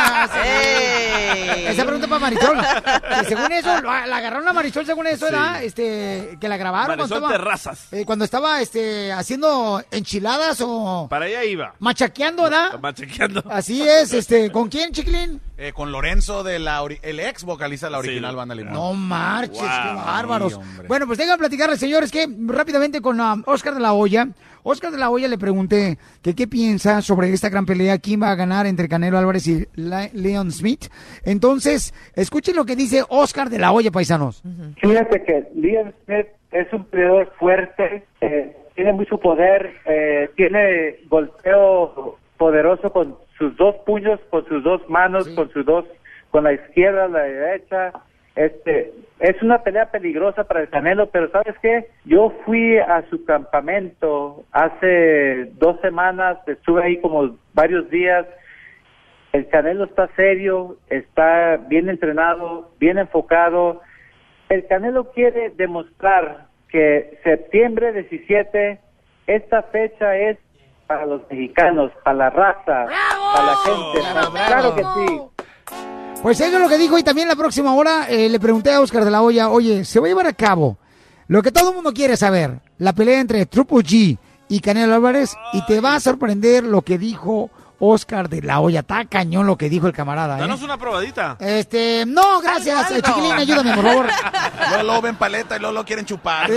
sí. Esa pregunta para Marisol. Que según eso, la la agarraron a Marisol, según eso, Sí. era este, que la grabaron Marisol cuando estaba, Terrazas. eh, cuando estaba este, haciendo enchiladas o Para allá iba. machaqueando, ¿verdad? Machequeando. Así es, este, ¿con quién, Chiquilín? Eh, con Lorenzo, de la ori- el ex vocalista de la original Sí. Banda Limón. No marches, Wow. qué bárbaros. Sí, hombre. Bueno, pues déjenme platicarles, señores, que rápidamente con um, Oscar de la Hoya. Oscar de la Hoya le pregunté que qué piensa sobre esta gran pelea, quién va a ganar entre Canelo Álvarez y Le- Leon Smith. Entonces, escuchen lo que dice Oscar de la Hoya, paisanos. Fíjate que Leon Smith es un peleador fuerte, eh, tiene mucho poder, eh, tiene golpeo poderoso con sus dos puños, con sus dos manos, con sus dos, con la izquierda, la derecha. Este, es una pelea peligrosa para el Canelo, pero ¿sabes qué? Yo fui a su campamento hace dos semanas, estuve ahí como varios días. El Canelo está serio, está bien entrenado, bien enfocado. El Canelo quiere demostrar que septiembre diecisiete, esta fecha es para los mexicanos, para la raza, para la gente. ¡Bravo! Claro que sí. Pues eso es lo que dijo, y también la próxima hora eh, le pregunté a Oscar de la Hoya, oye, se va a llevar a cabo lo que todo el mundo quiere saber, la pelea entre Triple G y Canelo Álvarez, y te va a sorprender lo que dijo Oscar de la Hoya. Está cañón lo que dijo el camarada, ¿eh? Danos una probadita. Este, no, gracias, eh, Chiquilín, ayúdame, por favor. Luego, luego ven paleta y luego lo quieren chupar.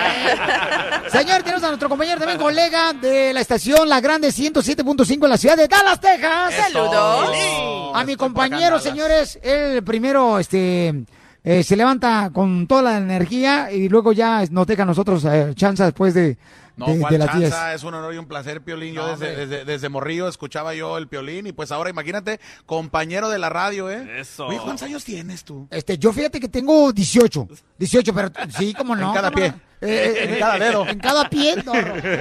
Señor, tenemos a nuestro compañero también, colega de la estación La Grande ciento siete punto cinco en la ciudad de Dallas, Texas. Saludos. A mi compañero, señores, él primero, este, eh, se levanta con toda la energía y luego ya nos deja a nosotros eh, chanza después de, No, de, ¿cuál de las chanza? diez. Es un honor y un placer, Piolín. Yo No, desde, hombre. desde, desde morrillo escuchaba yo el Piolín y pues ahora imagínate, compañero de la radio, ¿eh? Eso. Oye, ¿cuántos años tienes tú? Este, yo fíjate que tengo dieciocho, dieciocho, pero sí, como no. En cada cómo pie. no. Eh, En cada dedo. En cada pie, no.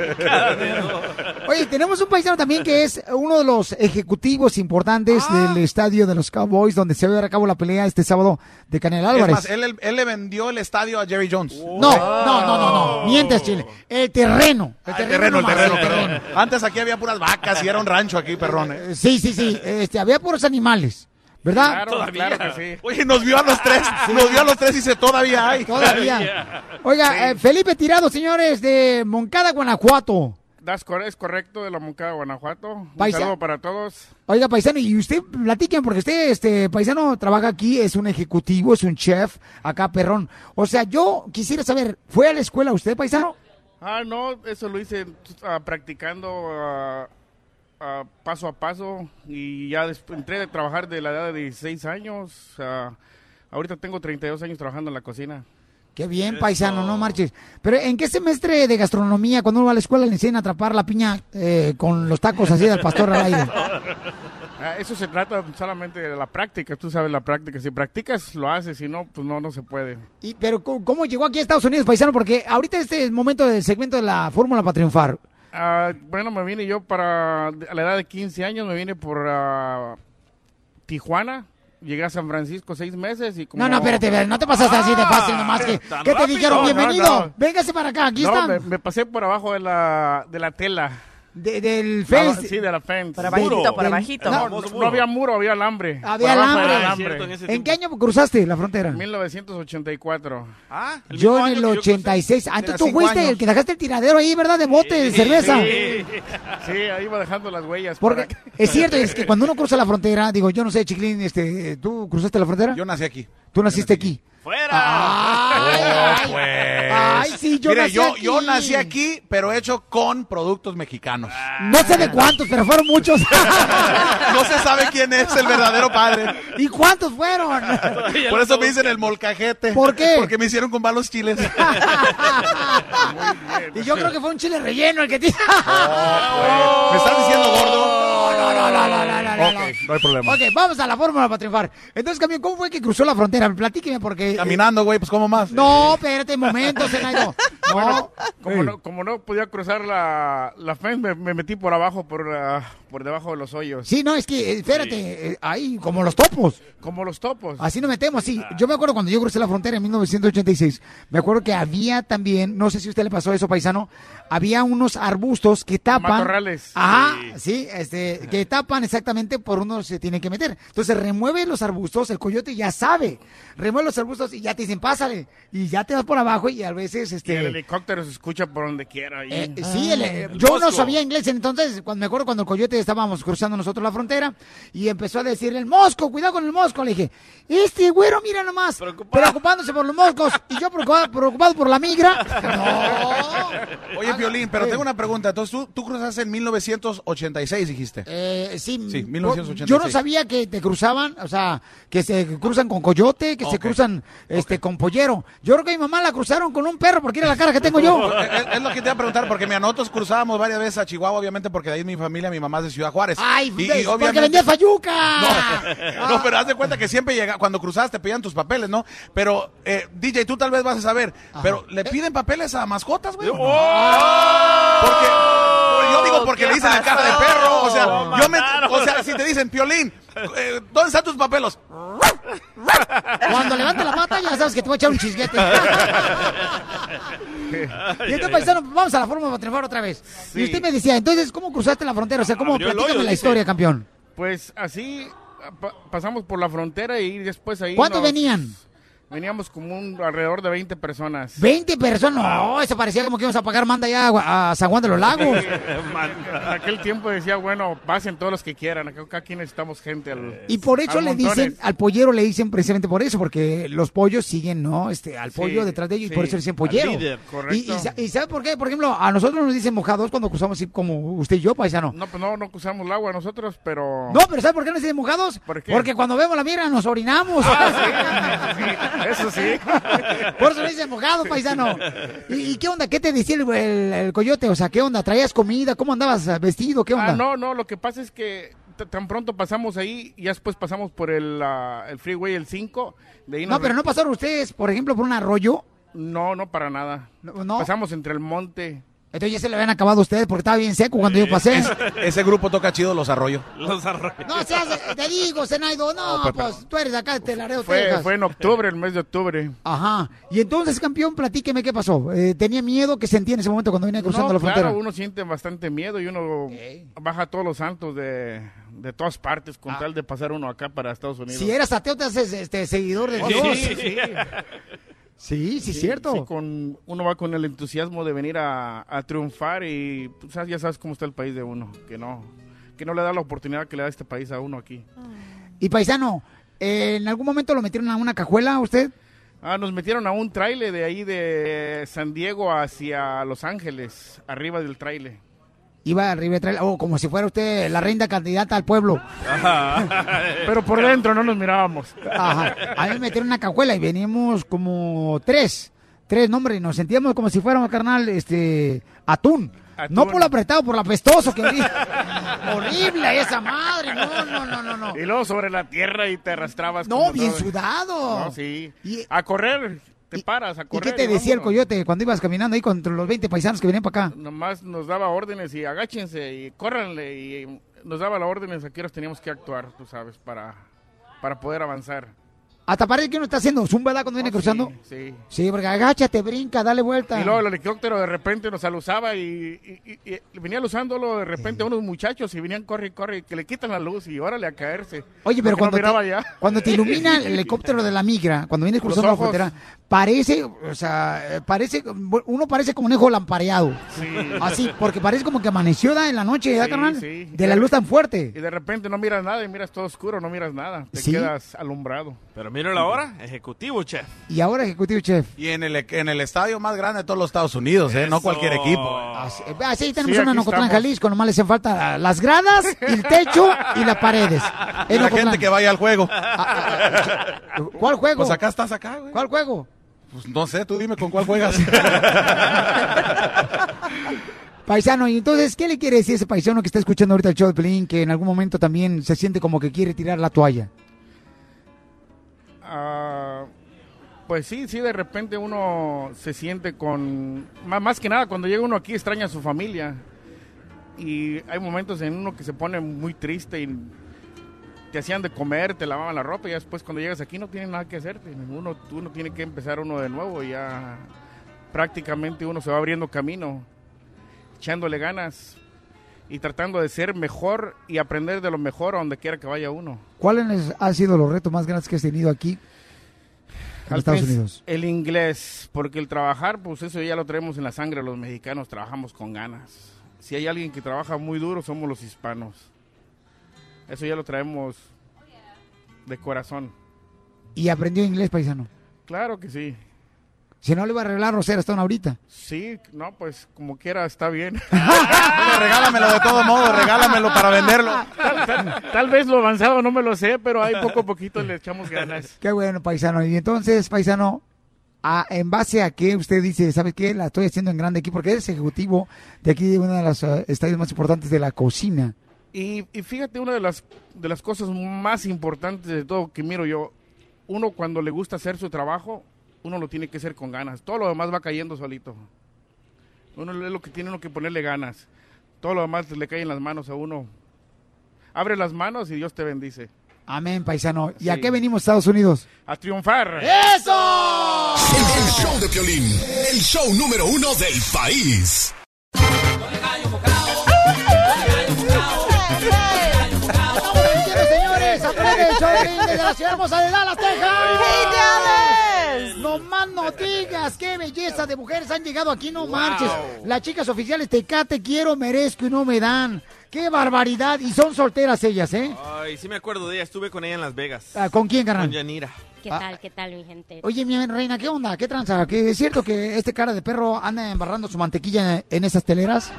Oye, tenemos un paisano también que es uno de los ejecutivos importantes Ah. del estadio de los Cowboys, donde se va a llevar a cabo la pelea este sábado de Canelo Es Álvarez. más, él, él- él le vendió el estadio a Jerry Jones. No, no, no, no, no, mientes, Chile. El terreno. El Ah, terreno, el terreno, el nomás, terreno, el perdón. terreno. Antes aquí había puras vacas y era un rancho aquí, perrón. ¿eh? Sí, sí, sí. Este, había puros animales, ¿verdad? Claro que sí. Oye, nos vio a los tres, nos vio a los tres y dice, todavía hay. Todavía. Oiga, eh, Felipe Tirado, señores, de Moncada, Guanajuato. Das cor- es correcto, de la Moncada, Guanajuato. Un Paisa- saludo para todos. Oiga, paisano, y usted platiquen, porque usted, este, paisano, trabaja aquí, es un ejecutivo, es un chef, acá, perrón. O sea, yo quisiera saber, ¿fue a la escuela usted, paisano? Ah, no, eso lo hice ah, practicando ah, ah, paso a paso y ya después entré a trabajar de la edad de dieciséis años. ah, ahorita tengo treinta y dos años trabajando en la cocina. Qué bien, paisano, no marches. Pero ¿en qué semestre de gastronomía, cuando uno va a la escuela, le enseñan a atrapar la piña eh, con los tacos así del pastor al aire? Ah, eso se trata solamente de la práctica, tú sabes la práctica. Si practicas, lo haces, si no, pues no, no se puede. Y, pero ¿cómo, cómo llegó aquí a Estados Unidos, paisano? Porque ahorita este es el momento del segmento de la fórmula para triunfar. Ah, bueno, me vine yo para, a la edad de quince años, me vine por ah, Tijuana. Llegué a San Francisco seis meses y como... No, no, espérate, no te pasaste así de fácil nomás que... ¿tan ¿Qué te rápido? dijeron? No, Bienvenido, no. véngase para acá, aquí No, están. me, me pasé por abajo de la, de la tela. de, del fence. Ah, sí, de la fence. Para bajito, para bajito. No, no, no había muro, había alambre. Había alambre. alambre. ¿En, ¿En qué año cruzaste la frontera? mil novecientos ochenta y cuatro. Ah, yo en el ochenta y seis. Antes tú fuiste años. El que dejaste el tiradero ahí, ¿verdad? De bote, sí, de cerveza. Sí, sí, ahí iba dejando las huellas. Porque para... es cierto, es que cuando uno cruza la frontera, digo, yo no sé, Chiquilín, este, ¿tú cruzaste la frontera? Yo nací aquí. ¿Tú naciste aquí? ¡Fuera! Ay, oh, pues. ay, sí, yo Mire, nací yo, aquí. yo nací aquí, pero hecho con productos mexicanos. No sé de cuántos, pero fueron muchos. No se sabe quién es el verdadero padre. ¿Y cuántos fueron? Por eso me dicen el molcajete. ¿Por qué? Porque me hicieron con malos chiles. Y yo creo que fue un chile relleno el que te... Oh, pues. ¿Me estás diciendo gordo? No, no, no, no, no, no, no. Ok, no hay problema. Ok, vamos a la fórmula para triunfar. Entonces, Camión, ¿cómo fue que cruzó la frontera? Platíqueme porque... Caminando, güey, pues ¿cómo más? No, espérate un momento, Zenaida. No. Bueno, como, no, como no podía cruzar la, la fence, me, me metí por abajo, por, uh, por debajo de los hoyos. Sí, no, es que, espérate, sí. eh, ahí, como los topos. Como los topos. Así nos metemos, sí. Yo me acuerdo cuando yo crucé la frontera en mil novecientos ochenta y seis, me acuerdo que había también, no sé si a usted le pasó eso, paisano, había unos arbustos que tapan. Matorrales. Ajá, sí, sí este, que tapan exactamente por uno se tiene que meter. Entonces remueve los arbustos, el coyote ya sabe. Remueve los arbustos y ya te dicen, pásale. Y ya te vas por abajo y a veces, este... Y el helicóptero se escucha por donde quiera. Ahí. Eh, sí, el, el, yo no sabía inglés entonces, cuando me acuerdo cuando el coyote estábamos cruzando nosotros la frontera y empezó a decir el mosco, cuidado con el mosco. Le dije, este güero, mira nomás, Preocupado. preocupándose por los moscos y yo preocupado, preocupado por la migra. No. Oye, Piolín, pero tengo una pregunta. Entonces, tú, tú cruzaste en mil novecientos ochenta y seis, dijiste. Eh, sí, sí, mil novecientos ochenta y seis. Yo no sabía que te cruzaban, o sea, que se cruzan con coyote, que okay. se cruzan este okay. con pollero. Yo creo que a mi mamá la cruzaron con un perro porque era la cara que tengo yo. Es, es lo que te iba a preguntar, porque mi anotos cruzábamos varias veces a Chihuahua, obviamente, porque de ahí es mi familia, mi mamá es de Ciudad Juárez. ¡Ay, y, y obviamente... porque vendía fayuca! No, ah. no, pero haz de cuenta que siempre llega, cuando cruzaste pedían tus papeles, ¿no? Pero, eh, D J, tú tal vez vas a saber, Ajá. pero ¿le piden papeles a mascotas, güey? ¡Oh! Porque, yo digo porque le dicen la cara de perro, o sea, oh, yo me, o sea, si te dicen, Piolín, eh, ¿dónde están tus papeles? Cuando levanta la pata ya sabes que te voy a echar un chisguete. Y entonces, paisano, vamos a la forma de triunfar otra vez. Sí. Y usted me decía, entonces, ¿cómo cruzaste la frontera? O sea, ¿cómo? Platícame la dice. historia, campeón. Pues así pa pasamos por la frontera y después ahí... ¿Cuántos nos... venían? Veníamos como un alrededor de veinte personas. ¿veinte personas? No, eso parecía como que íbamos a pagar manda ya a, a San Juan de los Lagos. En aquel tiempo decía, bueno, pasen todos los que quieran. Acá, acá aquí necesitamos gente. Al, y por eso le montones. dicen, al pollero le dicen precisamente por eso, porque los pollos siguen, ¿no? Este, al pollo sí, detrás de ellos sí, y por eso le dicen pollero. Correcto. Y, y, y ¿sabe por qué? Por ejemplo, a nosotros nos dicen mojados cuando cruzamos así como usted y yo, paisano. No, pues no, no cruzamos el agua nosotros, pero... No, pero ¿sabe por qué nos dicen mojados? ¿Por qué? Porque cuando vemos la mira nos orinamos. Ah, sí, sí, eso sí. Por eso le dicen mojado, paisano. ¿Y, ¿Y qué onda? ¿Qué te decía el, el, el coyote? O sea, ¿qué onda? ¿Traías comida? ¿Cómo andabas vestido? ¿Qué onda? Ah, no, no, lo que pasa es que tan pronto pasamos ahí y ya después pasamos por el, uh, el freeway, el cinco. De ahí no, pero ¿no pasaron ustedes, por ejemplo, por un arroyo? No, no, para nada. No, no. Pasamos entre el monte. Entonces ya se le habían acabado a ustedes porque estaba bien seco cuando yo pasé. Es, ese grupo toca chido Los Arroyos. Los Arroyos. No, se hace, te digo, Zenaido, no, no pues, pues tú eres acá de Telareo, fue, Texas. Fue en octubre, el mes de octubre. Ajá. Y entonces, campeón, platíqueme qué pasó. Eh, ¿Tenía miedo? ¿Qué sentía en ese momento cuando venía cruzando no, la frontera? Claro, uno siente bastante miedo y uno okay. baja todos los santos de, de todas partes con ah. tal de pasar uno acá para Estados Unidos. Si eras ateo, te haces este, seguidor de oh, Dios. Sí, sí. Sí, sí, sí, cierto. Sí, con, uno va con el entusiasmo de venir a, a triunfar y pues, ya sabes cómo está el país de uno, que no, que no le da la oportunidad que le da este país a uno aquí. Y paisano, eh, ¿en algún momento lo metieron a una cajuela a usted? Ah, nos metieron a un trailer de ahí de San Diego hacia Los Ángeles, arriba del trailer. Iba arriba del trailer, oh, como si fuera usted la reina candidata al pueblo. Pero por dentro no nos mirábamos. Ajá. A mí me metieron una cajuela y veníamos como tres, tres nombres, y nos sentíamos como si fuéramos, carnal, este, atún. Atún. No por lo apretado, por lo apestoso que horrible esa madre, no, no, no, no, no. Y luego sobre la tierra y te arrastrabas. No, bien todo. Sudado. No, sí. Y, a correr. Te paras a correr. ¿Y qué te y decía vámonos. el coyote cuando ibas caminando ahí contra los veinte paisanos que venían para acá? Nomás nos daba órdenes y agáchense y córranle y nos daba las órdenes a qué horas teníamos que actuar, tú sabes, para, para poder avanzar. Hasta parece que uno está haciendo zumba, ¿verdad? Cuando viene Oh, cruzando. Sí, sí. Sí, porque agáchate, brinca, dale vuelta. Y luego el helicóptero de repente nos alusaba y, y, y, y venía alusándolo de repente unos muchachos y venían corre y corre que le quitan la luz y órale a caerse. Oye, pero Porque no cuando, miraba te, ya. cuando te ilumina el helicóptero de la migra, cuando vienes cruzando la ojos. frontera, parece, o sea, eh, parece, uno parece conejo lampareado. Sí. Así, porque parece como que amaneció ¿da? En la noche, ¿verdad, Sí, carnal? sí. De la luz tan fuerte. Y de repente no miras nada y miras todo oscuro, no miras nada. Te Sí. quedas alumbrado. Pero mira la hora, ejecutivo, chef. Y ahora, ejecutivo chef. Y en el, en el estadio más grande de todos los Estados Unidos, ¿eh? No Eso. cualquier equipo. Así, así tenemos Sí, una en aquí Ocotlán, estamos. Jalisco, nomás les hacen falta las gradas, el techo y las paredes. Y En la Ocotlán. gente que vaya al juego. ¿Cuál juego? Pues acá estás acá, güey. ¿Cuál juego? Pues no sé, tú dime con cuál juegas. Paisano, y entonces, ¿qué le quiere decir ese paisano que está escuchando ahorita el show de Pelín, que en algún momento también se siente como que quiere tirar la toalla? Ah, pues sí, sí, de repente uno se siente con... Más, más que nada, cuando llega uno aquí extraña a su familia. Y hay momentos en uno que se pone muy triste y te hacían de comer, te lavaban la ropa y ya después cuando llegas aquí no tienes nada que hacerte. Uno, uno tiene que empezar uno de nuevo y ya prácticamente uno se va abriendo camino, echándole ganas y tratando de ser mejor y aprender de lo mejor a donde quiera que vaya uno. ¿Cuáles han sido los retos más grandes que has tenido aquí en Al Estados prin- Unidos? El inglés, porque el trabajar, pues eso ya lo traemos en la sangre, los mexicanos trabajamos con ganas. Si hay alguien que trabaja muy duro, somos los hispanos. Eso ya lo traemos de corazón. ¿Y aprendió inglés, paisano? Claro que sí. Si no, le iba a arreglar Rosera Stone ahorita. Sí, no, pues como quiera está bien. Bueno, regálamelo de todo modo, regálamelo para venderlo. Tal, tal- tal vez lo avanzado no me lo sé, pero ahí poco a poquito le echamos ganas. Qué bueno, paisano. Y entonces, paisano, ¿a- ¿en base a qué usted dice, sabes qué, la estoy haciendo en grande aquí? Porque eres ejecutivo de aquí, de uno de los eh, estadios más importantes de la cocina. Y, y fíjate, una de las, de las cosas más importantes de todo que miro yo, uno cuando le gusta hacer su trabajo, uno lo tiene que hacer con ganas. Todo lo demás va cayendo solito. Uno es lo que tiene uno que ponerle ganas. Todo lo demás le cae en las manos a uno. Abre las manos y Dios te bendice. Amén, paisano. ¿Y a Sí. qué venimos, Estados Unidos? A triunfar. ¡Eso! El show de Piolín, el show número uno del país. Señores, señores, aprende el show de Piolín desde la ciudad hermosa de Dallas, Texas. ¡Hey, Dallas! No más no digas, qué belleza de mujeres han llegado aquí, no marches. Las chicas oficiales Tecate, quiero, merezco y no me dan. ¡Qué barbaridad! Y son solteras ellas, ¿eh? Ay, sí me acuerdo de ella, estuve con ella en Las Vegas. Ah, ¿con quién, carnal? Con Yanira. ¿Qué Ah. tal, qué tal, mi gente? Oye, mi reina, ¿qué onda? ¿Qué tranza? ¿Que es cierto que este cara de perro anda embarrando su mantequilla en, en esas teleras?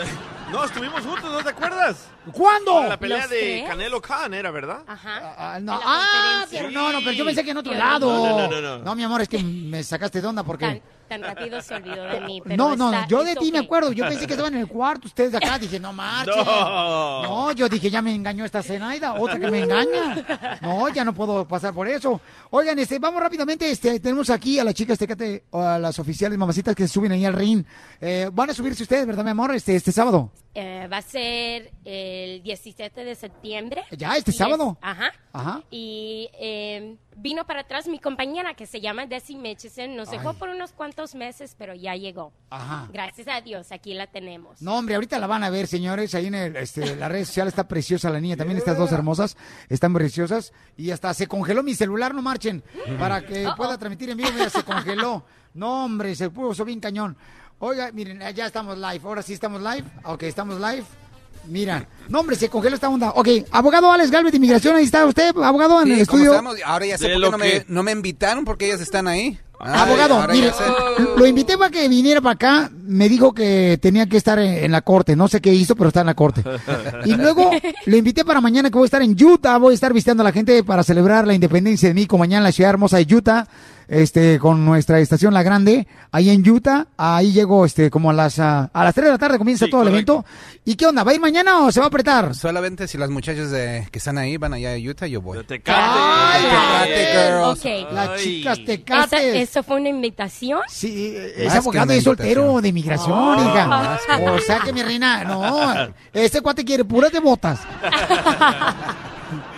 No, estuvimos juntos, ¿no te acuerdas? ¿Cuándo? En la pelea ¿Los de tres? Canelo Khan era, ¿verdad? Ajá. Ah, no, En la ah, conferencia. pero no, no, pero yo pensé que en otro Sí. lado. No, no, no, no. mi amor, es que me sacaste de onda porque... Tan, tan rápido se olvidó de mí. Pero No, no, está- yo de it's ti me okay. acuerdo. Yo pensé que estaban en el cuarto, ustedes de acá. Dije, no marchen. No. No, yo dije, ya me engañó esta Zenaida, otra que me engaña. No, ya no puedo pasar por eso. Oigan, este, vamos rápidamente, este, tenemos aquí a las chicas Tecate, o a las oficiales mamacitas que suben ahí al ring. Eh, van a subirse ustedes, ¿verdad, mi amor? Este, este sábado. Eh, va a ser el diecisiete de septiembre. Ya, este Y es- sábado. Ajá. Ajá. Y eh, vino para atrás mi compañera que se llama Desi Mitchison. Nos dejó Ay. por unos cuantos meses, pero ya llegó. Ajá. Gracias a Dios, aquí la tenemos. No, hombre, ahorita la van a ver, señores, ahí en el, este, la red social está preciosa la niña, también estas dos hermosas están preciosas y hasta se congeló mi celular, no marchen, para que Uh-oh. pueda transmitir en vivo, mira, se congeló. No, hombre, se puso bien cañón. Oiga, miren, ya estamos live, ahora sí estamos live, ok, estamos live. Mira, no, hombre, se congeló esta onda. Ok, abogado Alex Galvez de Inmigración, ahí está usted, abogado en Sí, el ¿cómo estudio. estamos? Ahora ya sé De por lo qué no me, que- no me invitaron, porque ellas están ahí. Ay, Abogado, ahora mire, ya sé. lo invité para que viniera para acá, me dijo que tenía que estar en, en la corte, no sé qué hizo, pero está en la corte. Y luego lo invité para mañana que voy a estar en Utah, voy a estar visitando a la gente para celebrar la independencia de México mañana en la ciudad hermosa de Utah, este, con nuestra estación La Grande, ahí en Utah, ahí llego, este, como a las, ah, a las tres de la tarde comienza Sí, todo el correcto. evento. ¿Y qué onda? ¿Va a ir mañana o se va a apretar? Solamente si las muchachas de, que están ahí van allá a Utah, yo voy. De Tecate. ¡Ay, Tecate, girls. Ok. Las Ay. chicas ¿Eso, tecates. ¿Eso fue una invitación? Sí, Más es que abogado una y es soltero invitación. de inmigración, Ah, hija. más que- O sea que mi reina, no, este cuate quiere puras de botas.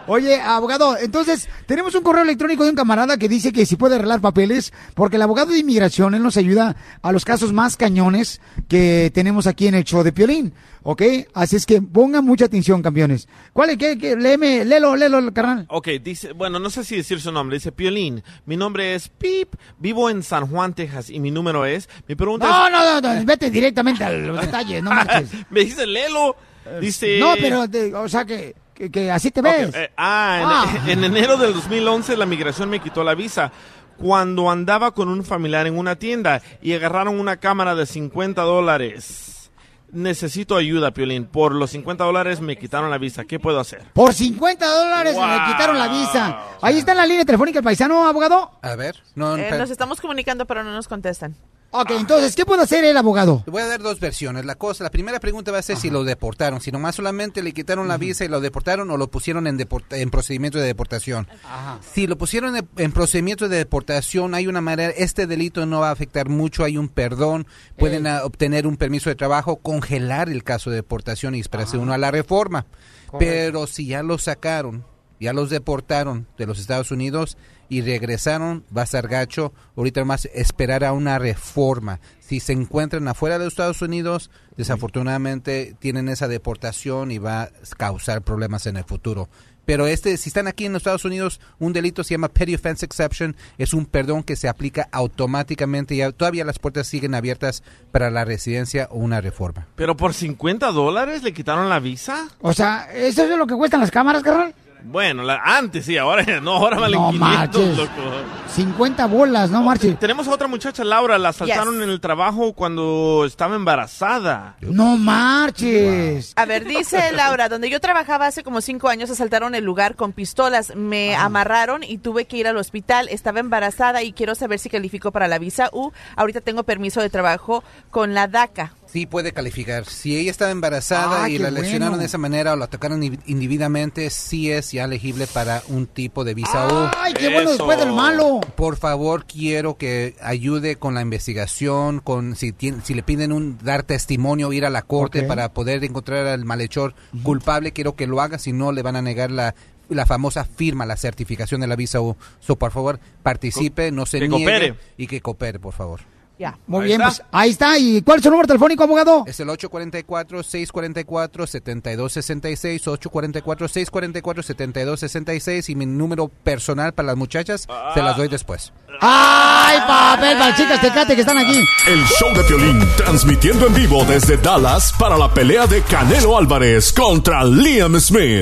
Oye, abogado, entonces, tenemos un correo electrónico de un camarada que dice que si puede arreglar papeles, porque el abogado de inmigración, él nos ayuda a los casos más cañones que tenemos aquí en el show de Piolín, ¿ok? Así es que pongan mucha atención, campeones. ¿Cuál es? ¿Qué? qué? Léeme, léelo, léelo, carnal. Ok, dice, bueno, no sé si decir su nombre, dice Piolín, mi nombre es Pip, vivo en San Juan, Texas, y mi número es, mi pregunta No, es... no, no, no, vete directamente a los detalles, no marches. Me dice, léelo, dice... No, pero, de- o sea, que, que, que así te ves. Ok, eh, ah, en, Ah. en enero del dos mil once la migración me quitó la visa cuando andaba con un familiar en una tienda y agarraron una cámara de cincuenta dólares. Necesito ayuda, Piolín. Por los cincuenta dólares me quitaron la visa. ¿Qué puedo hacer? Por cincuenta dólares Wow. le quitaron la visa. Ahí está en la línea telefónica el paisano, abogado. A ver, no, Eh, per- nos estamos comunicando, pero no nos contestan. Ok, entonces, ¿qué puede hacer el abogado? Te voy a dar dos versiones. La cosa, la primera pregunta va a ser si lo deportaron, si nomás solamente le quitaron la visa y lo deportaron o lo pusieron en, deport- en procedimiento de deportación. Ajá. Si lo pusieron en, en procedimiento de deportación, hay una manera, este delito no va a afectar mucho, hay un perdón, pueden Eh. ah, obtener un permiso de trabajo, congelar el caso de deportación y esperarse Ajá. uno a la reforma. Correcto. Pero si ya lo sacaron, ya los deportaron de los Estados Unidos y regresaron, va a ser gacho. Ahorita más esperar a una reforma. Si se encuentran afuera de los Estados Unidos, desafortunadamente tienen esa deportación y va a causar problemas en el futuro. Pero este, si están aquí en los Estados Unidos, un delito se llama Petty Offense Exception, es un perdón que se aplica automáticamente y todavía las puertas siguen abiertas para la residencia o una reforma. ¿Pero por cincuenta dólares le quitaron la visa? O sea, ¿eso es lo que cuestan las cámaras, carnal? Bueno, la, antes sí, ahora ya no, ahora valen No quinientos, marches. loco. cincuenta bolas, no marches. Tenemos a otra muchacha, Laura, la asaltaron Yes. en el trabajo cuando estaba embarazada. No marches. A ver, dice Laura, donde yo trabajaba hace como cinco años, asaltaron el lugar con pistolas, me amarraron y tuve que ir al hospital. Estaba embarazada y quiero saber si califico para la visa U. Ahorita tengo permiso de trabajo con la DACA. Sí, puede calificar. Si ella estaba embarazada Ah, y qué la lesionaron bueno. de esa manera o la tocaron in- individualmente, sí es ya elegible para un tipo de visa U. Ay, qué bueno Eso. después del malo. Por favor, quiero que ayude con la investigación, con si tiene, si le piden un dar testimonio, ir a la corte Ok. para poder encontrar al malhechor culpable, quiero que lo haga, si no le van a negar la la famosa firma, la certificación de la visa U. So, por favor, participe, no se Que niegue coopere. y que coopere, por favor. Ya. Muy Ahí bien, está. pues ahí está. ¿Y cuál es su número telefónico, abogado? Es el ocho cuatro cuatro, seis cuatro cuatro, siete dos seis seis, ocho cuatro cuatro, seis cuatro cuatro, siete dos seis seis y mi número personal para las muchachas se las doy después. ¡Ay, papel para las chicas Tecate que están aquí! El show de Piolín, transmitiendo en vivo desde Dallas para la pelea de Canelo Álvarez contra Liam Smith.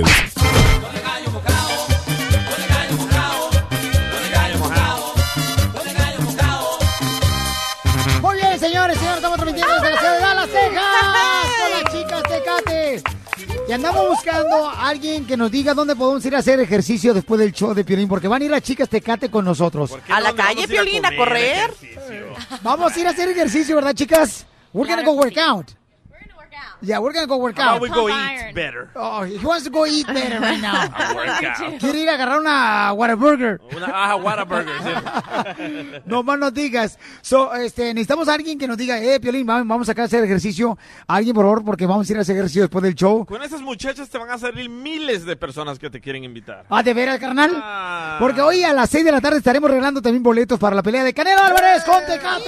Muy bien, señores, señores, estamos transmitiendo desde la ciudad de Dallas, Texas, con las chicas Tecate. Y andamos buscando a alguien que nos diga dónde podemos ir a hacer ejercicio después del show de Piolín, porque van a ir las chicas Tecate con nosotros. ¿Por qué A no la le vamos calle, ir Piolín, a comer correr. ejercicio? Vamos a ir a hacer ejercicio, ¿verdad, chicas? We're gonna go work out. Yeah, we're gonna go work How out. about we go eat better? Oh, he wants to go eat better right now. A workout. Quiere ir a agarrar una Whataburger. Una, ah, Whataburger, sí. No más nos digas. So, este, necesitamos a alguien que nos diga, eh, Piolín, vamos, vamos acá a hacer ejercicio. Alguien, por favor, porque vamos a ir a hacer ejercicio después del show. Con esas muchachas te van a salir miles de personas que te quieren invitar. Ah, ¿de veras, carnal? Ah. Porque hoy a las seis de la tarde estaremos regalando también boletos para la pelea de Canelo Álvarez con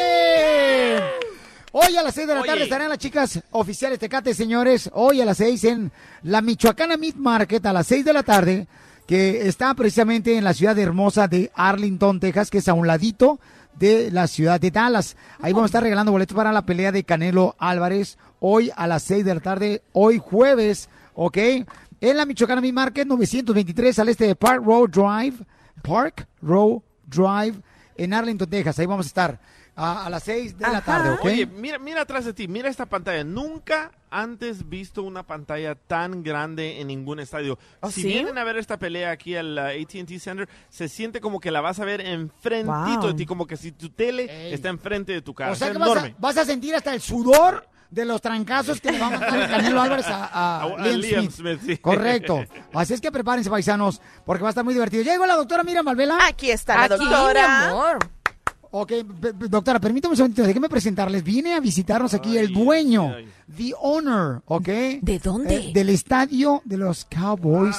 Tecate. Hoy a las seis de la Oye. tarde estarán las chicas oficiales Tecate, señores. Hoy a las seis en la Michoacana Meat Market, a las seis de la tarde, que está precisamente en la ciudad hermosa de Arlington, Texas, que es a un ladito de la ciudad de Dallas. Ahí vamos a estar regalando boletos para la pelea de Canelo Álvarez. Hoy a las seis de la tarde, hoy jueves, ¿ok? En la Michoacana Meat Market, novecientos veintitrés al este de Park Road Drive. Park Road Drive en Arlington, Texas. Ahí vamos a estar a, a las seis de la tarde, ¿ok? Oye, mira, mira atrás de ti, mira esta pantalla. Nunca antes visto una pantalla tan grande en ningún estadio. ¿Oh, si sí? vienen a ver esta pelea aquí al uh, A T and T Center, se siente como que la vas a ver enfrentito Wow. de ti, como que si tu tele Ey. está enfrente de tu casa. O sea es que vas a, enorme. vas a sentir hasta el sudor de los trancazos que le va a mandar el Canelo Álvarez a, a A- a Liam, Liam Smith. Smith, sí. Correcto. Así es que prepárense, paisanos, porque va a estar muy divertido. ¿Ya llegó la doctora Miriam Valvela? Aquí está la Aquí, doctora. mi amor. Ok, pe- pe- doctora, permítame un segundito, déjeme presentarles. Viene a visitarnos aquí el dueño, the owner, ¿ok? ¿De dónde? Eh, del estadio de los Cowboys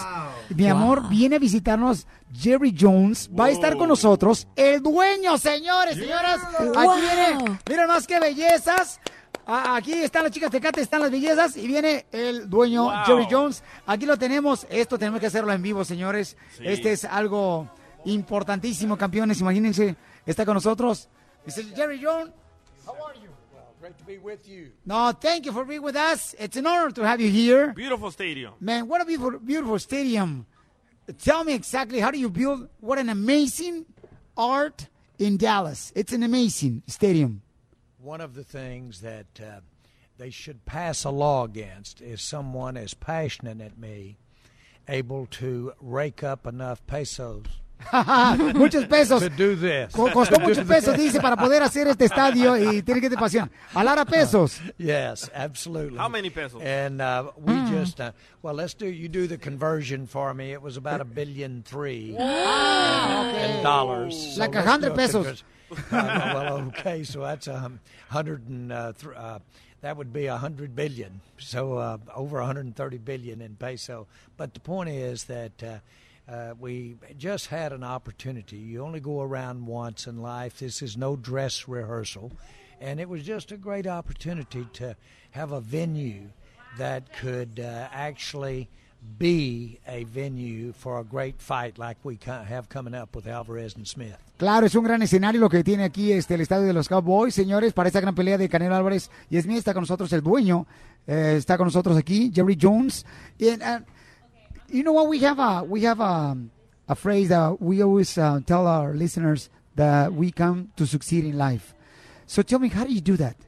Mi amor, wow. Viene a visitarnos Jerry Jones. Va a estar con nosotros el dueño, señores, señoras. Wow. Aquí viene. Miren más que bellezas. Aquí están las chicas Tecate, están las bellezas y viene el dueño wow. Jerry Jones. Aquí lo tenemos. Esto tenemos que hacerlo en vivo, señores. Sí. Este es algo importantísimo, campeones. Imagínense, está con nosotros. Dice Jerry Jones. How are you? Great to be with you. No, thank you for being with us. It's an honor to have you here. Beautiful stadium. Man, what a beautiful, beautiful stadium. Tell me exactly, how do you build, what an amazing art in Dallas. It's an amazing stadium. One of the things that uh, they should pass a law against is someone as passionate as me able to rake up enough pesos. Muchos pesos. To do this. Costó muchos pesos, dice, para poder hacer este estadio y tiene que tener pasión. A lot of pesos. Uh, yes, absolutely. How many pesos? And uh, we mm. just, uh, well, let's do, you do the conversion for me. It was about a billion three ah, okay. in dollars. Like a so hundred pesos. Uh, well, okay, so that's a um, hundred and uh, th- uh, that would be a hundred billion. So uh, over a hundred and thirty billion in peso. But the point is that. Uh, Uh, we just had an opportunity. You only go around once in life. This is no dress rehearsal. And it was just a great opportunity to have a venue that could uh, actually be a venue for a great fight like we have coming up with Alvarez and Smith. Claro, es un gran escenario lo que tiene aquí este el estadio de los Cowboys, señores, para esta gran pelea de Canelo Álvarez y Smith. Está con nosotros el dueño, eh, está con nosotros aquí, Jerry Jones. And, uh, you know what? We have a we have a a phrase that we always uh, tell our listeners that we come to succeed in life. So tell me, how do you do that?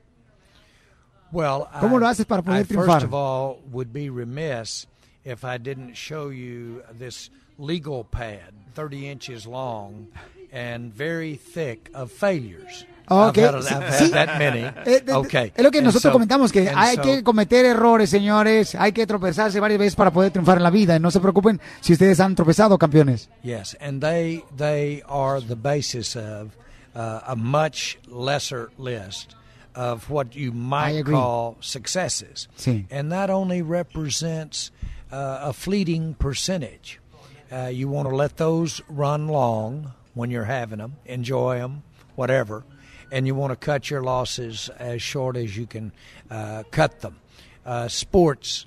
Well, ¿Cómo I, lo haces para poder I triunfar? First of all, would be remiss if I didn't show you this legal pad, thirty inches long and very thick, of failures. Okay. I've had, I've had sí. that many. Eh, okay. Es lo que and nosotros so, comentamos, que hay so, que cometer errores, señores. Hay que tropezarse varias veces para poder triunfar en la vida. No se preocupen si ustedes han tropezado, campeones. Yes, and they they are the basis of uh, a much lesser list of what you might call successes. Sí. And that only represents uh, a fleeting percentage. Uh, you want to let those run long when you're having them, enjoy them, whatever. And you want to cut your losses as short as you can uh, cut them. Uh, sports,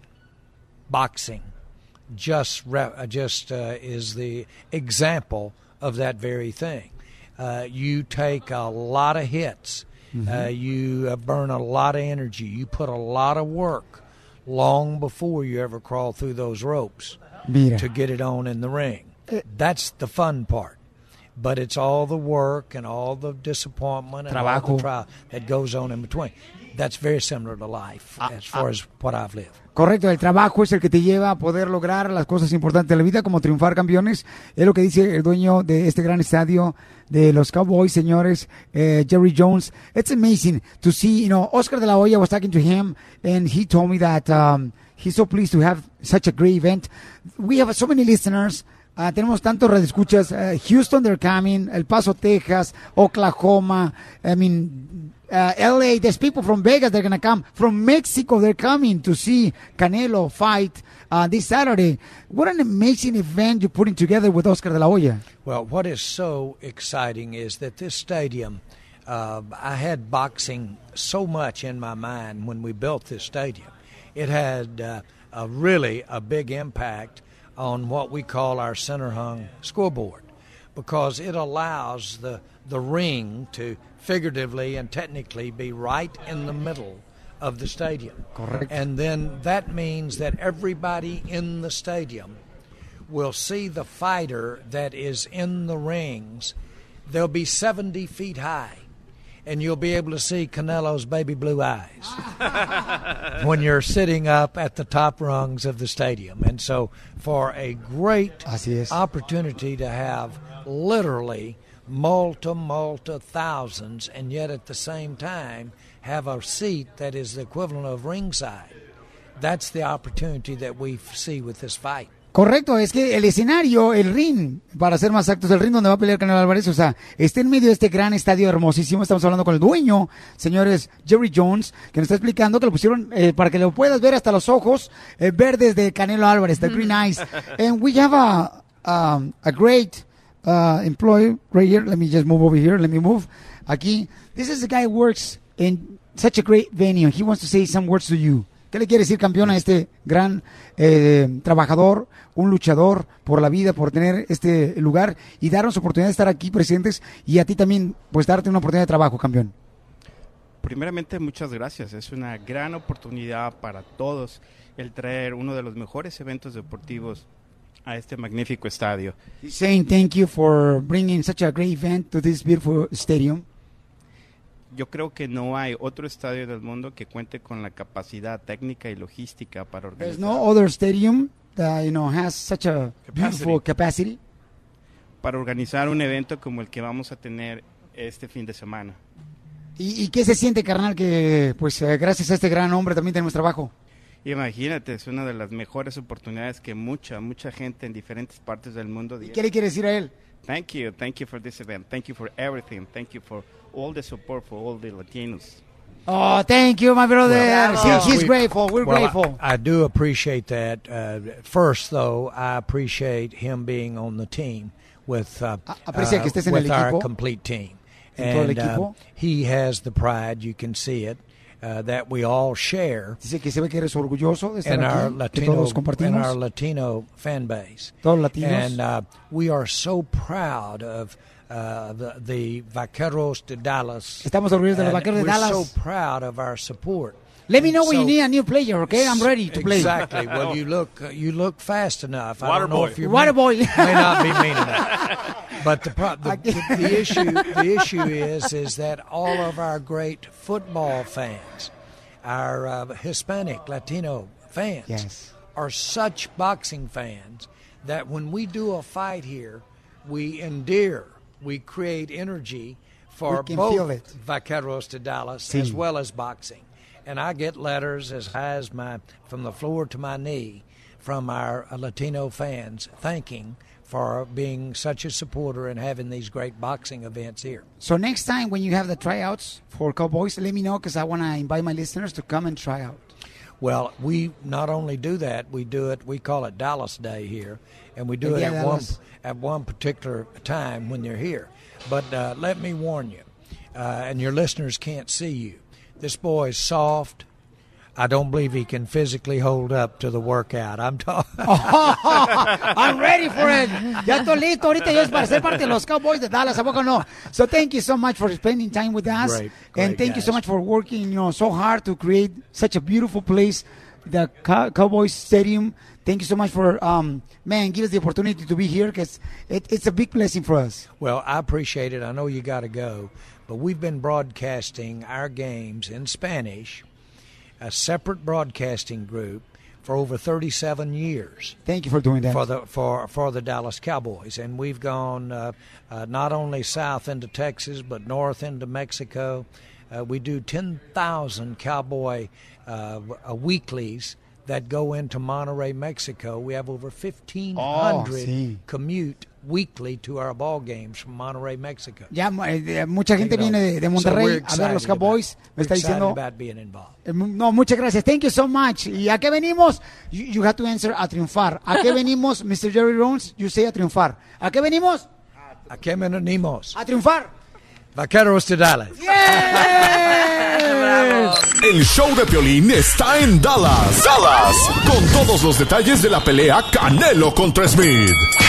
boxing, just re- just uh, is the example of that very thing. Uh, you take a lot of hits. Mm-hmm. Uh, you uh, burn a lot of energy. You put a lot of work long before you ever crawl through those ropes Mira. to get it on in the ring. That's the fun part. But it's all the work and all the disappointment and Trabajo. all the trial that goes on in between. That's very similar to life ah, as far ah. as what I've lived. Correcto, el trabajo es el que te lleva a poder lograr las cosas importantes de la vida, como triunfar, campeones. Es lo que dice el dueño de este gran estadio de los Cowboys, señores, eh, Jerry Jones. It's amazing to see, you know, Oscar de la Hoya was talking to him, and he told me that um, he's so pleased to have such a great event. We have so many listeners. Uh, tenemos tantos radioescuchas. Uh, Houston, they're coming. El Paso, Texas. Oklahoma. I mean, uh, L A. There's people from Vegas. They're going to come. From Mexico, they're coming to see Canelo fight uh, this Saturday. What an amazing event you're putting together with Oscar de la Hoya. Well, what is so exciting is that this stadium, uh, I had boxing so much in my mind when we built this stadium. It had uh, a really a big impact on what we call our center hung scoreboard, because it allows the the ring to figuratively and technically be right in the middle of the stadium. Correct. And then that means that everybody in the stadium will see the fighter that is in the rings. They'll be seventy feet high, and you'll be able to see Canelo's baby blue eyes when you're sitting up at the top rungs of the stadium. And so for a great opportunity to have literally multi, multi thousands, and yet at the same time have a seat that is the equivalent of ringside, that's the opportunity that we see with this fight. Correcto, es que el escenario, el ring, para ser más exactos, el ring donde va a pelear Canelo Álvarez, o sea, está en medio de este gran estadio hermosísimo. Estamos hablando con el dueño, señores, Jerry Jones, que nos está explicando que lo pusieron eh, para que lo puedas ver hasta los ojos eh, verdes de Canelo Álvarez, the green eyes. And we have a, um, a great uh, employee right here. Let me just move over here. Let me move. Aquí. This is the guy who works in such a great venue. He wants to say some words to you. ¿Qué le quiere decir, campeón, a este gran eh, trabajador, un luchador por la vida, por tener este lugar y darnos oportunidad de estar aquí presentes y a ti también, pues darte una oportunidad de trabajo, campeón? Primeramente, muchas gracias. Es una gran oportunidad para todos el traer uno de los mejores eventos deportivos a este magnífico estadio. He's saying thank you for bringing such a great event to this beautiful stadium. Yo creo que no hay otro estadio del mundo que cuente con la capacidad técnica y logística para There's organizar. no other stadium that, you know, has such a beautiful capacity. Para organizar un evento como el que vamos a tener este fin de semana. ¿Y, y qué se siente, carnal, que pues eh, gracias a este gran hombre también tenemos trabajo? Imagínate, es una de las mejores oportunidades que mucha, mucha gente en diferentes partes del mundo. ¿Qué le quiere decir a él? Thank you, thank you for this event, thank you for everything, thank you for all the support for all the Latinos. Oh, thank you, my brother. Well, He- yes, he's we- grateful. We're well, grateful. I, I do appreciate that. Uh, first, though, I appreciate him being on the team with uh, aprecia que uh, estés en with el our equipo. complete team, En todo el and uh, equipo. he has the pride. You can see it. Uh, that we all share. Dice que se ve que eres orgulloso de estar in our aquí, que Latino, todos in compartimos. our Latino fan base. Todos latinos. And uh, we are so proud of uh, the, the Vaqueros de Dallas. Estamos orgullosos de los And Vaqueros de we're Dallas. so proud of our support. Let me know when So- you need a new player, okay? I'm ready to play. Exactly. Well, you look uh, you look fast enough. I Water don't know boy. if you Water boy. may not be mean enough. But the, pro- the, the the issue the issue is is that all of our great football fans, our uh, Hispanic Latino fans, Yes. are such boxing fans that when we do a fight here, we endear, we create energy for We can both feel it. Vaqueros de Dallas Sí. as well as boxing. And I get letters as high as my, from the floor to my knee, from our uh, Latino fans thanking for being such a supporter and having these great boxing events here. So next time when you have the tryouts for Cowboys, let me know because I want to invite my listeners to come and try out. Well, we not only do that, we do it, we call it Dallas Day here, and we do El it Día de at one, Dallas. at one particular time when they're here. But uh, let me warn you, uh, and your listeners can't see you, this boy is soft. I don't believe he can physically hold up to the workout. I'm talking. I'm ready for it. Ya estoy listo. Ahorita ya es para ser parte de los Cowboys de Dallas. ¿A poco no? So thank you so much for spending time with us. Great, and great thank you so guys. much for working, you know, so hard to create such a beautiful place, the Cow- Cowboys Stadium. Thank you so much for, um, man, give us the opportunity to be here because it, it's a big blessing for us. Well, I appreciate it. I know you got to go, but we've been broadcasting our games in Spanish, a separate broadcasting group, for over thirty-seven years. Thank you for doing that. For the for for the Dallas Cowboys, and we've gone uh, uh, not only south into Texas but north into Mexico. Uh, we do ten thousand Cowboy uh, uh, weeklies that go into Monterrey, Mexico. We have over fifteen hundred Oh, sí. commute weekly to our ball games from Monterrey, Mexico. Ya eh, mucha gente You know, viene de, de so Monterrey we're a ver los excited Cowboys. about- Me está we're excited diciendo. about being involved. Eh, No, muchas gracias. Thank you so much. ¿Y a qué venimos? You, you have to answer a triunfar. ¿A qué venimos, mister Jerry Jones? You say a triunfar. ¿A qué venimos? ¿A qué venimos? A triunfar. Vaqueros de Dallas. El show de Piolín está en Dallas. Dallas. Con todos los detalles de la pelea Canelo contra Smith.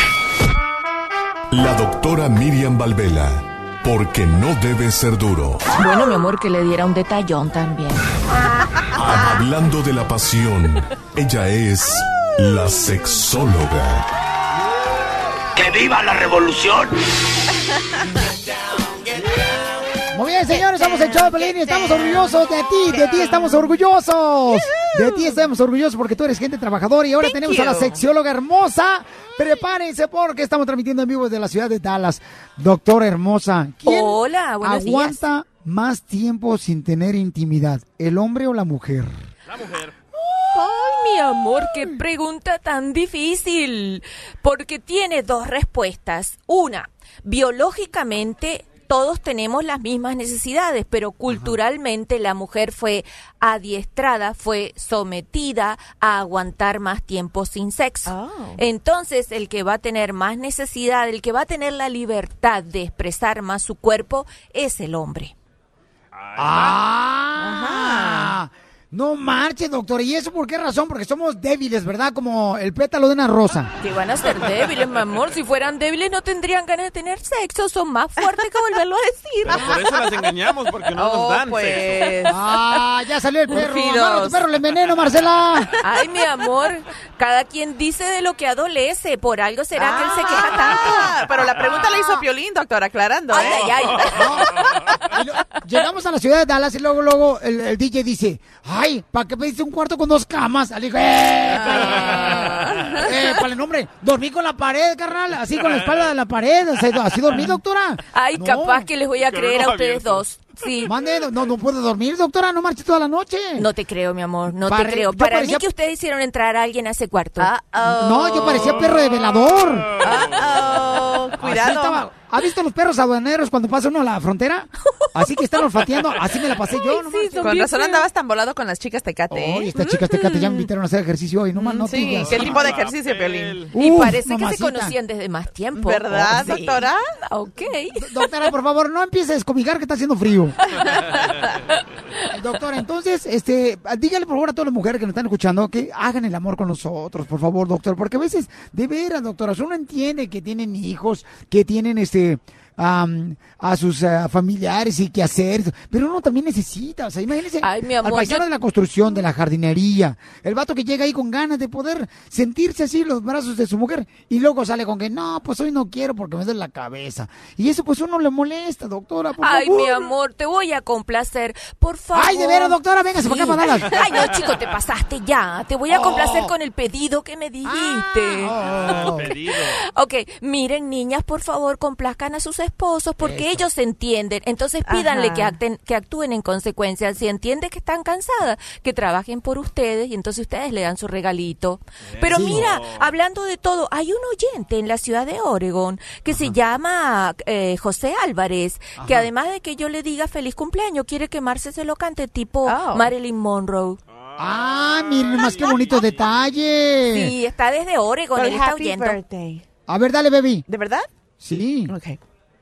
La doctora Miriam Valvela. Porque no debe ser duro. Bueno, mi amor, que le diera un detallón también. Hablando de la pasión, ella es la sexóloga. ¡Que viva la revolución! Muy bien, señores, somos el show de Pelín y estamos orgullosos de ti, de ti estamos orgullosos. De ti estamos orgullosos porque tú eres gente trabajadora y ahora Thank tenemos you. a la sexióloga hermosa. Prepárense porque estamos transmitiendo en vivo desde la ciudad de Dallas. Doctora hermosa, ¿quién Hola, buenos aguanta más tiempo sin tener intimidad, el hombre o la mujer? La mujer. Ay, mi amor, qué pregunta tan difícil. Porque tiene dos respuestas. Una, biológicamente todos tenemos las mismas necesidades, pero culturalmente la mujer fue adiestrada, fue sometida a aguantar más tiempo sin sexo. Oh. Entonces, el que va a tener más necesidad, el que va a tener la libertad de expresar más su cuerpo, es el hombre. ¡Ah! Ajá. No marche, doctora. ¿Y eso por qué razón? Porque somos débiles, ¿verdad? Como el pétalo de una rosa. Que van a ser débiles, mi amor. Si fueran débiles no tendrían ganas de tener sexo. Son más fuertes que volverlo a decir. Pero por eso las engañamos, porque no oh, nos dan pues. sexo. Ah, ya salió el perro. Amaro, tu perro le enveneno, Marcela. Ay, mi amor. Cada quien dice de lo que adolece. Por algo será ah, que él se queja tanto. Pero la pregunta la hizo Piolín, doctor, aclarando. Ay, ¿eh? ay, ay. No. Llegamos a la ciudad de Dallas y luego, luego el, el D J dice, ay, ¿para qué pediste un cuarto con dos camas? Le digo, ¡eh! Ah. Eh, para el nombre, dormí con la pared, carnal, así con la espalda de la pared, así dormí, doctora. Ay, no. Capaz que les voy a creer a ustedes dos. Sí. Mande, no, no puedo dormir, doctora, no marches toda la noche. No te creo, mi amor, no Pare- te creo. yo Para parecía- mí que ustedes hicieron entrar a alguien a ese cuarto. Uh-oh. No, yo parecía perro de velador. Uh-oh. Cuidado. Así estaba. ¿Ha visto los perros aduaneros cuando pasa uno a la frontera? Así que están olfateando, así me la pasé yo. Ay, sí, no Con razón andabas tan volado con las chicas Tecate, ¿eh? Oye, estas chicas Tecate ya me invitaron a hacer ejercicio hoy, no más no Sí, digas. ¿qué tipo de ejercicio, Piolín? Y Uf, parece mamacita. que se conocían desde más tiempo. ¿Verdad, Oh, sí. doctora? Ok. Doctora, por favor, no empiece a descobijar que está haciendo frío. Doctora, entonces, este, dígale por favor a todas las mujeres que nos están escuchando que hagan el amor con nosotros, por favor, doctor, porque a veces, de veras, doctora, uno entiende que tienen hijos, que tienen este... Um, a sus uh, familiares y qué hacer, pero uno también necesita, o sea, imagínense Ay, mi amor, al paisano yo... de la construcción, de la jardinería, el vato que llega ahí con ganas de poder sentirse así en los brazos de su mujer y luego sale con que no, pues hoy no quiero porque me duele la cabeza y eso pues uno le molesta, doctora, por Ay, favor. mi amor, te voy a complacer, por favor. Ay, de veras, doctora, véngase para acá, para Dallas. Ay, no, chico, te pasaste ya, te voy a Oh. complacer con el pedido que me dijiste. Ah, oh. Pedido. Ok, miren, niñas, por favor, complazcan a sus esposos porque ellos se entienden. Entonces pídanle Ajá. que, acten, que actúen en consecuencia. Si entienden que están cansadas, que trabajen por ustedes y entonces ustedes le dan su regalito. Pero Sí. mira, hablando de todo, hay un oyente en la ciudad de Oregon que se llama eh, José Álvarez, que Ajá. además de que yo le diga feliz cumpleaños, quiere que Marce se lo cante tipo Oh. Marilyn Monroe. Ah, miren más qué bonito detalle. Sí, está desde Oregon, Well, él está happy oyendo. birthday. A ver, dale, baby. ¿De verdad? Sí. Ok.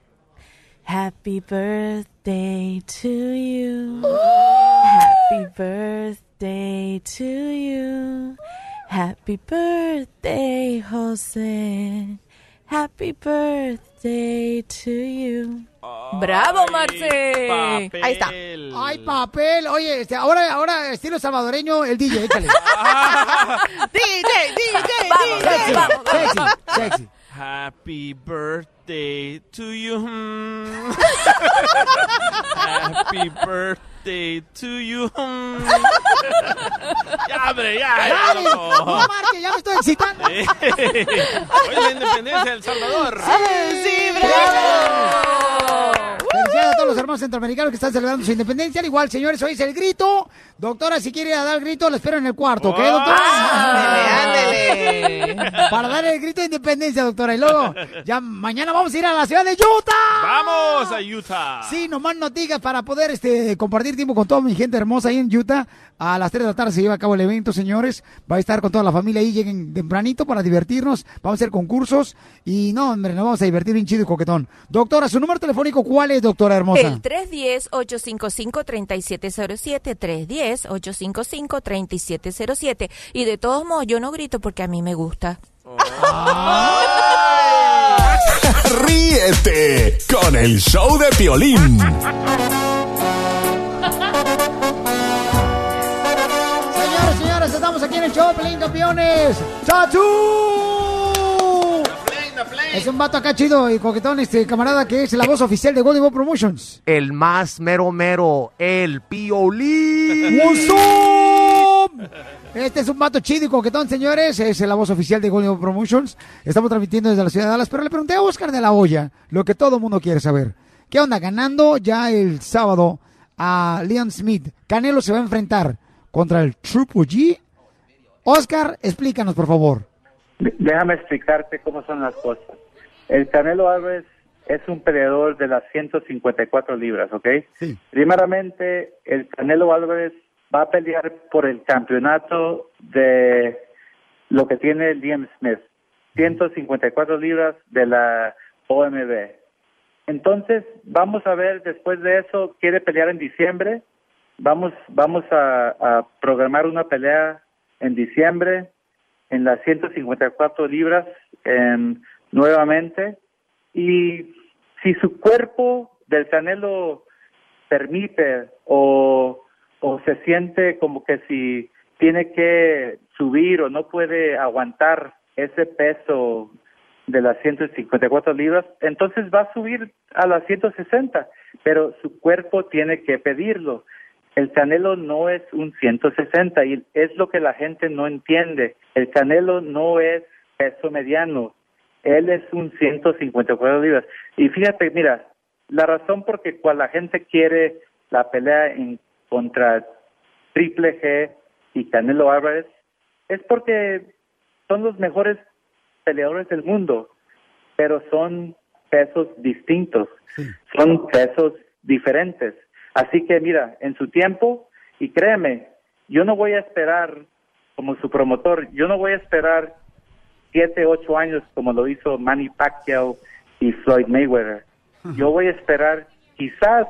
Happy birthday to you. Happy birthday to you. Happy birthday, José. Happy birthday to you. ¡Bravo, Marce! Papel. Ahí está. Ay, papel. Oye, este, ahora, ahora estilo salvadoreño, el D J, échale. D J, D J, Vamos, D J. Sexy, vamos, vamos. sexy, sexy. Happy birthday to you. Mm. Happy birthday to you. Mm. Ya, hombre, ya. ya, Dale, loco. no marche, ya me estoy excitando. Eh, Hoy es la independencia de El Salvador. Sí, bravo. Felicidades a todos los hermanos centroamericanos que están celebrando su independencia. Al igual, señores, hoy es el grito. Doctora, si quiere dar el grito, la espero en el cuarto, ¿ok, doctora? Ándele, ándele. Para dar el grito de independencia, doctora. Y luego, ya mañana vamos a ir a la ciudad de Utah. Vamos a Utah. Sí, nomás no digas para poder este, compartir tiempo con toda mi gente hermosa ahí en Utah. A las tres de la tarde se lleva a cabo el evento, señores. Va a estar con toda la familia ahí. Lleguen tempranito para divertirnos. Vamos a hacer concursos. Y no, hombre, nos vamos a divertir bien chido y coquetón. Doctora, ¿su número telefónico cuál es, doctora hermosa? El tres uno cero, ocho cinco cinco, tres siete cero siete, tres uno cero, ocho cinco cinco, tres siete cero siete. Y de todos modos, yo no grito porque a mí me gusta. Ríete con el show de Piolín. Señores, señores, estamos aquí en el show, Pelín Campeones. ¡Chachú! Es un vato acá chido y coquetón, este camarada que es la voz oficial de Golden Boy Promotions. El más mero mero, el Piolín. What's up? Este es un vato chido y coquetón, señores. Es la voz oficial de Golden Boy Promotions. Estamos transmitiendo desde la ciudad de Dallas, pero le pregunté a Oscar de la Hoya lo que todo el mundo quiere saber. ¿Qué onda? Ganando ya el sábado a Leon Smith. Canelo se va a enfrentar contra el Triple G Oscar, explícanos, por favor. Déjame explicarte cómo son las cosas. El Canelo Álvarez es un peleador de las ciento cincuenta y cuatro libras, ¿ok? Sí. Primeramente, el Canelo Álvarez va a pelear por el campeonato de lo que tiene Liam Smith, ciento cincuenta y cuatro libras de la O M B. Entonces, vamos a ver, después de eso, quiere pelear en diciembre. Vamos vamos a, a programar una pelea en diciembre en las ciento cincuenta y cuatro libras eh, nuevamente. Y si su cuerpo del Canelo permite o, o se siente como que si tiene que subir o no puede aguantar ese peso de las ciento cincuenta y cuatro libras, entonces va a subir a las ciento sesenta, pero su cuerpo tiene que pedirlo. El Canelo no es un ciento sesenta y es lo que la gente no entiende. El Canelo no es peso mediano, él es un ciento cincuenta y cuatro libras. Y fíjate, mira, la razón por la cual la gente quiere la pelea en contra Triple G y Canelo Álvarez es porque son los mejores peleadores del mundo, pero son pesos distintos, sí. Son pesos diferentes. Así que mira, en su tiempo, y créeme, yo no voy a esperar, como su promotor, yo no voy a esperar siete, ocho años como lo hizo Manny Pacquiao y Floyd Mayweather. Yo voy a esperar quizás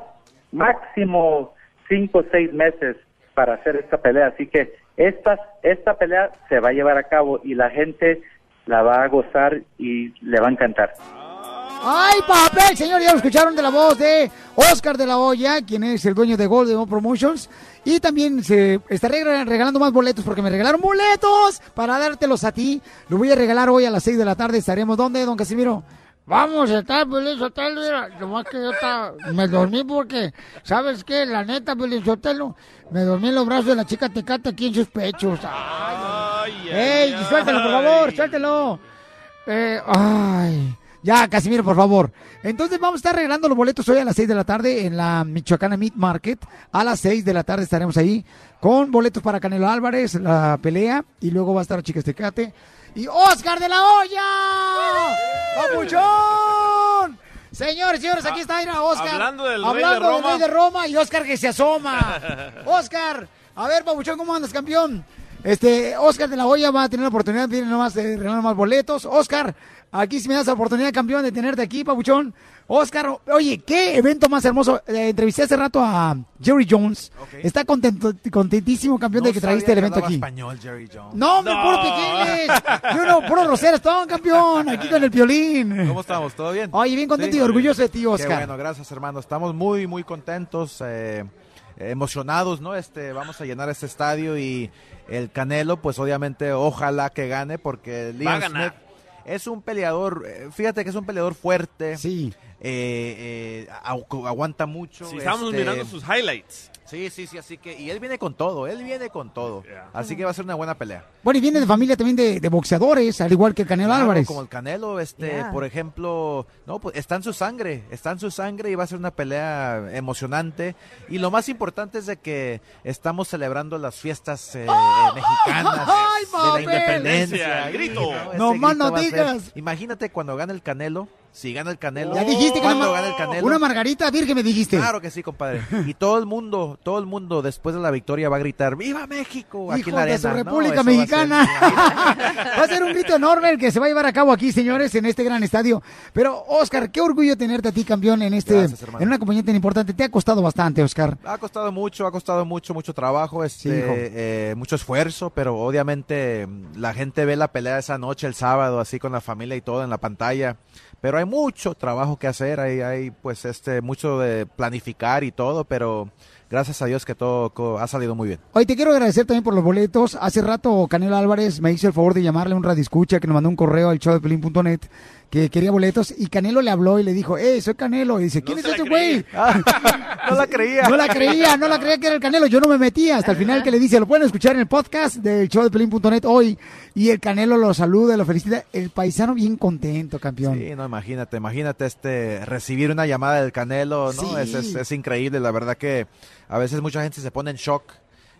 máximo cinco o seis meses para hacer esta pelea. Así que esta, esta pelea se va a llevar a cabo y la gente la va a gozar y le va a encantar. ¡Ay, papel! Señor, ya lo escucharon de la voz de Oscar de la Hoya, quien es el dueño de Golden Promotions. Y también se está regalando más boletos porque me regalaron boletos para dártelos a ti. Lo voy a regalar hoy a las seis de la tarde. ¿Estaremos dónde, don Casimiro? Vamos a estar, Piolín Sotelo, nomás que yo estaba, me dormí porque, ¿sabes qué? La neta, Piolín Sotelo, me dormí en los brazos de la chica Tecate aquí en sus pechos. ¡Ay! ay ¡Ey, ay, suéltalo, por favor, suéltalo! Eh, ¡Ay! Ya, Casimiro, por favor. Entonces vamos a estar regalando los boletos hoy a las seis de la tarde en la Michoacana Meat Market. A las seis de la tarde estaremos ahí con boletos para Canelo Álvarez, la pelea, y luego va a estar Chicas Tecate. ¡Y Oscar de la Hoya! ¡Papuchón! Señores, señores, aquí está Ira, Oscar. Hablando del Hablando rey de Roma. del rey de Roma y Oscar que se asoma. Oscar, a ver, Papuchón, ¿cómo andas, campeón? Este, Oscar de la Hoya va a tener la oportunidad, viene nomás de regalar más boletos. Oscar, aquí si me das la oportunidad, campeón, de tenerte aquí, Papuchón. Oscar, oye, qué evento más hermoso. Eh, entrevisté hace rato a Jerry Jones. Okay. Está contento, contentísimo, campeón, no de que trajiste el evento aquí. Español, Jerry Jones. No, me no. puro piquines. Yo no, puro Rosero, todo campeón, aquí con el Piolín. ¿Cómo estamos? ¿Todo bien? Oye, bien contento sí, y orgulloso de ti, Oscar. Qué bueno, gracias, hermano. Estamos muy, muy contentos, eh, emocionados, ¿no? Este, vamos a llenar este estadio y el Canelo, pues obviamente, ojalá que gane, porque Liam Smith es un peleador, fíjate que es un peleador fuerte. Sí. Eh, eh, agu aguanta mucho. Sí, estamos este, mirando sus highlights. Sí, sí, sí, así que, y él viene con todo, él viene con todo. Yeah. Así que va a ser una buena pelea. Bueno, y viene de familia también de, de boxeadores, al igual que el Canelo claro, Álvarez. Como el Canelo, este, yeah. por ejemplo, no, pues está en su sangre, está en su sangre y va a ser una pelea emocionante. Y lo más importante es de que estamos celebrando las fiestas eh, ¡Oh! mexicanas ¡Ay, de la independencia. El grito. No, no más no digas. Imagínate cuando gane el Canelo. Si gana el Canelo. Ya dijiste que ¿Cuándo una, gana el Canelo? Una margarita virgen me dijiste. Claro que sí, compadre. Y todo el mundo, todo el mundo después de la victoria va a gritar ¡Viva México! Aquí Hijo en la arena. de su República no, Mexicana. Va a, ser... va a ser un grito enorme el que se va a llevar a cabo aquí, señores, en este gran estadio. Pero, Oscar, qué orgullo tenerte a ti, campeón, en este, Gracias, en una compañía tan importante. Te ha costado bastante, Oscar. Ha costado mucho, ha costado mucho, mucho trabajo, este, sí, eh, mucho esfuerzo, pero obviamente la gente ve la pelea esa noche, el sábado, así con la familia y todo en la pantalla. Pero hay mucho trabajo que hacer, hay, hay pues este mucho de planificar y todo, pero gracias a Dios que todo ha salido muy bien. Hoy te quiero agradecer también por los boletos. Hace rato Canelo Álvarez me hizo el favor de llamarle a un radioescucha que nos mandó un correo al show de piolín punto net que quería boletos y Canelo le habló y le dijo, ¡eh, soy Canelo! Y dice, ¿quién no es ese güey? No la creía. No la creía, no la creía que era el Canelo. Yo no me metía hasta el final que le dice, lo pueden escuchar en el podcast del show de piolín punto net hoy. Y el Canelo lo saluda, lo felicita. El paisano bien contento, campeón. Sí, no, imagínate, imagínate este recibir una llamada del Canelo, ¿no? Sí. Es, es, es increíble, la verdad que a veces mucha gente se pone en shock.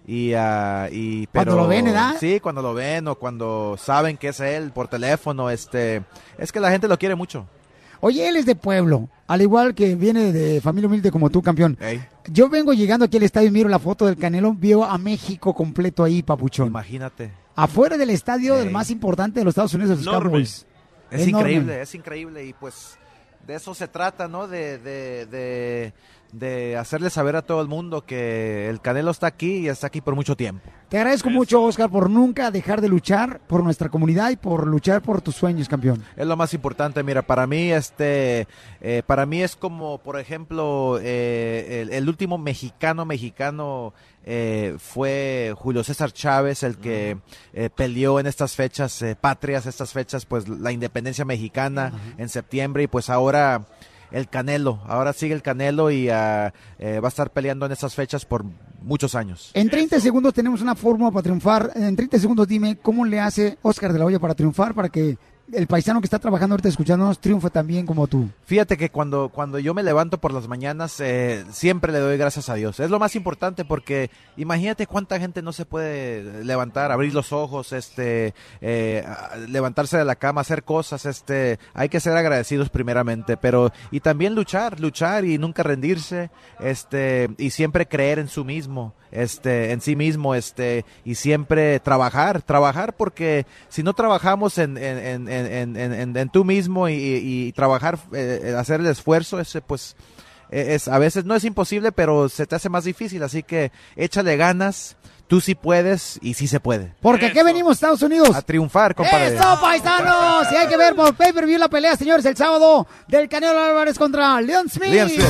Y, uh, y pero, cuando lo ven, ¿verdad? Sí, cuando lo ven o cuando saben que es él por teléfono, este, es que la gente lo quiere mucho. Oye, él es de pueblo, al igual que viene de familia humilde como tú, campeón. Hey. Yo vengo llegando aquí al estadio y miro la foto del Canelo, vio a México completo ahí, papuchón. Imagínate. Afuera del estadio hey. del más importante de los Estados Unidos, de los Cowboys. Es Enorme. increíble, es increíble y pues de eso se trata, ¿no? De, de, de, de hacerle saber a todo el mundo que el Canelo está aquí y está aquí por mucho tiempo. Te agradezco mucho, Oscar, por nunca dejar de luchar por nuestra comunidad y por luchar por tus sueños, campeón. Es lo más importante. Mira, para mí, este, eh, para mí es como, por ejemplo, eh, el, el último mexicano mexicano eh, fue Julio César Chávez, el que eh, peleó en estas fechas eh, patrias, estas fechas, pues la independencia mexicana uh-huh. en septiembre, y pues ahora el Canelo, ahora sigue el Canelo y uh, eh, va a estar peleando en esas fechas por muchos años. En treinta segundos tenemos una fórmula para triunfar. En treinta segundos dime cómo le hace Oscar de la Hoya para triunfar, para que el paisano que está trabajando ahorita escuchándonos triunfe también como tú. Fíjate que cuando, cuando yo me levanto por las mañanas eh, siempre le doy gracias a Dios. Es lo más importante porque imagínate cuánta gente no se puede levantar, abrir los ojos, este, eh, levantarse de la cama, hacer cosas. Este, hay que ser agradecidos primeramente, pero y también luchar, luchar y nunca rendirse, este, y siempre creer en su mismo, este, en sí mismo, este, y siempre trabajar, trabajar porque si no trabajamos en, en, en En, en, en, en tú mismo y, y, y trabajar, eh, hacer el esfuerzo, ese pues es, a veces no es imposible, pero se te hace más difícil, así que échale ganas, tú sí puedes y sí se puede. Porque aquí venimos, Estados Unidos, a triunfar, compadre. ¡Eso, paisanos! Y hay que ver por pay-per-view la pelea, señores, el sábado del Canelo Álvarez contra Leon Smith. Leon Smith.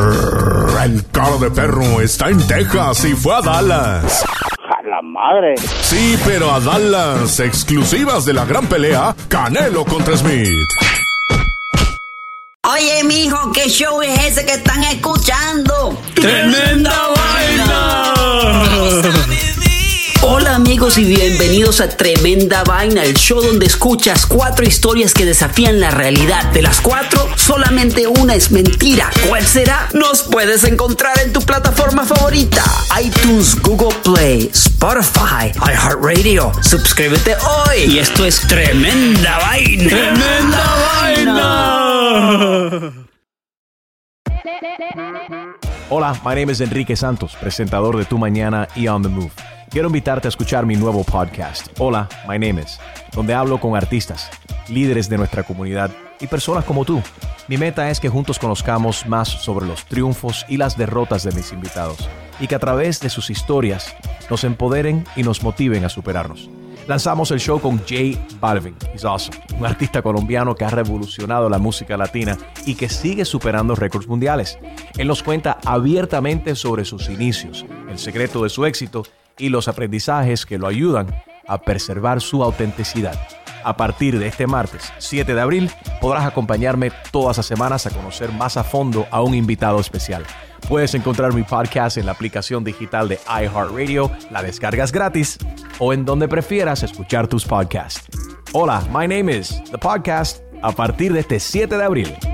El cara de perro está en Texas y fue a Dallas. La madre. Sí, pero a Dallas, exclusivas de la gran pelea, Canelo contra Smith. Oye, mijo, ¿qué show es ese que están escuchando? ¡Tremenda Vaina! Hola amigos y bienvenidos a Tremenda Vaina, el show donde escuchas cuatro historias que desafían la realidad. De las cuatro, solamente una es mentira. ¿Cuál será? Nos puedes encontrar en tu plataforma favorita: iTunes, Google Play, Spotify, iHeartRadio. Suscríbete hoy. Y esto es Tremenda Vaina. ¡Tremenda Vaina! Hola, my name is Enrique Santos, presentador de Tu Mañana y On The Move. Quiero invitarte a escuchar mi nuevo podcast, Hola, my name is, donde hablo con artistas, líderes de nuestra comunidad y personas como tú. Mi meta es que juntos conozcamos más sobre los triunfos y las derrotas de mis invitados y que a través de sus historias nos empoderen y nos motiven a superarnos. Lanzamos el show con J Balvin, he's awesome, un artista colombiano que ha revolucionado la música latina y que sigue superando récords mundiales. Él nos cuenta abiertamente sobre sus inicios, el secreto de su éxito y los aprendizajes que lo ayudan a preservar su autenticidad. A partir de este martes, siete de abril, podrás acompañarme todas las semanas a conocer más a fondo a un invitado especial. Puedes encontrar mi podcast en la aplicación digital de iHeartRadio, la descargas gratis, o en donde prefieras escuchar tus podcasts. Hola, my name is The Podcast, a partir de este siete de abril.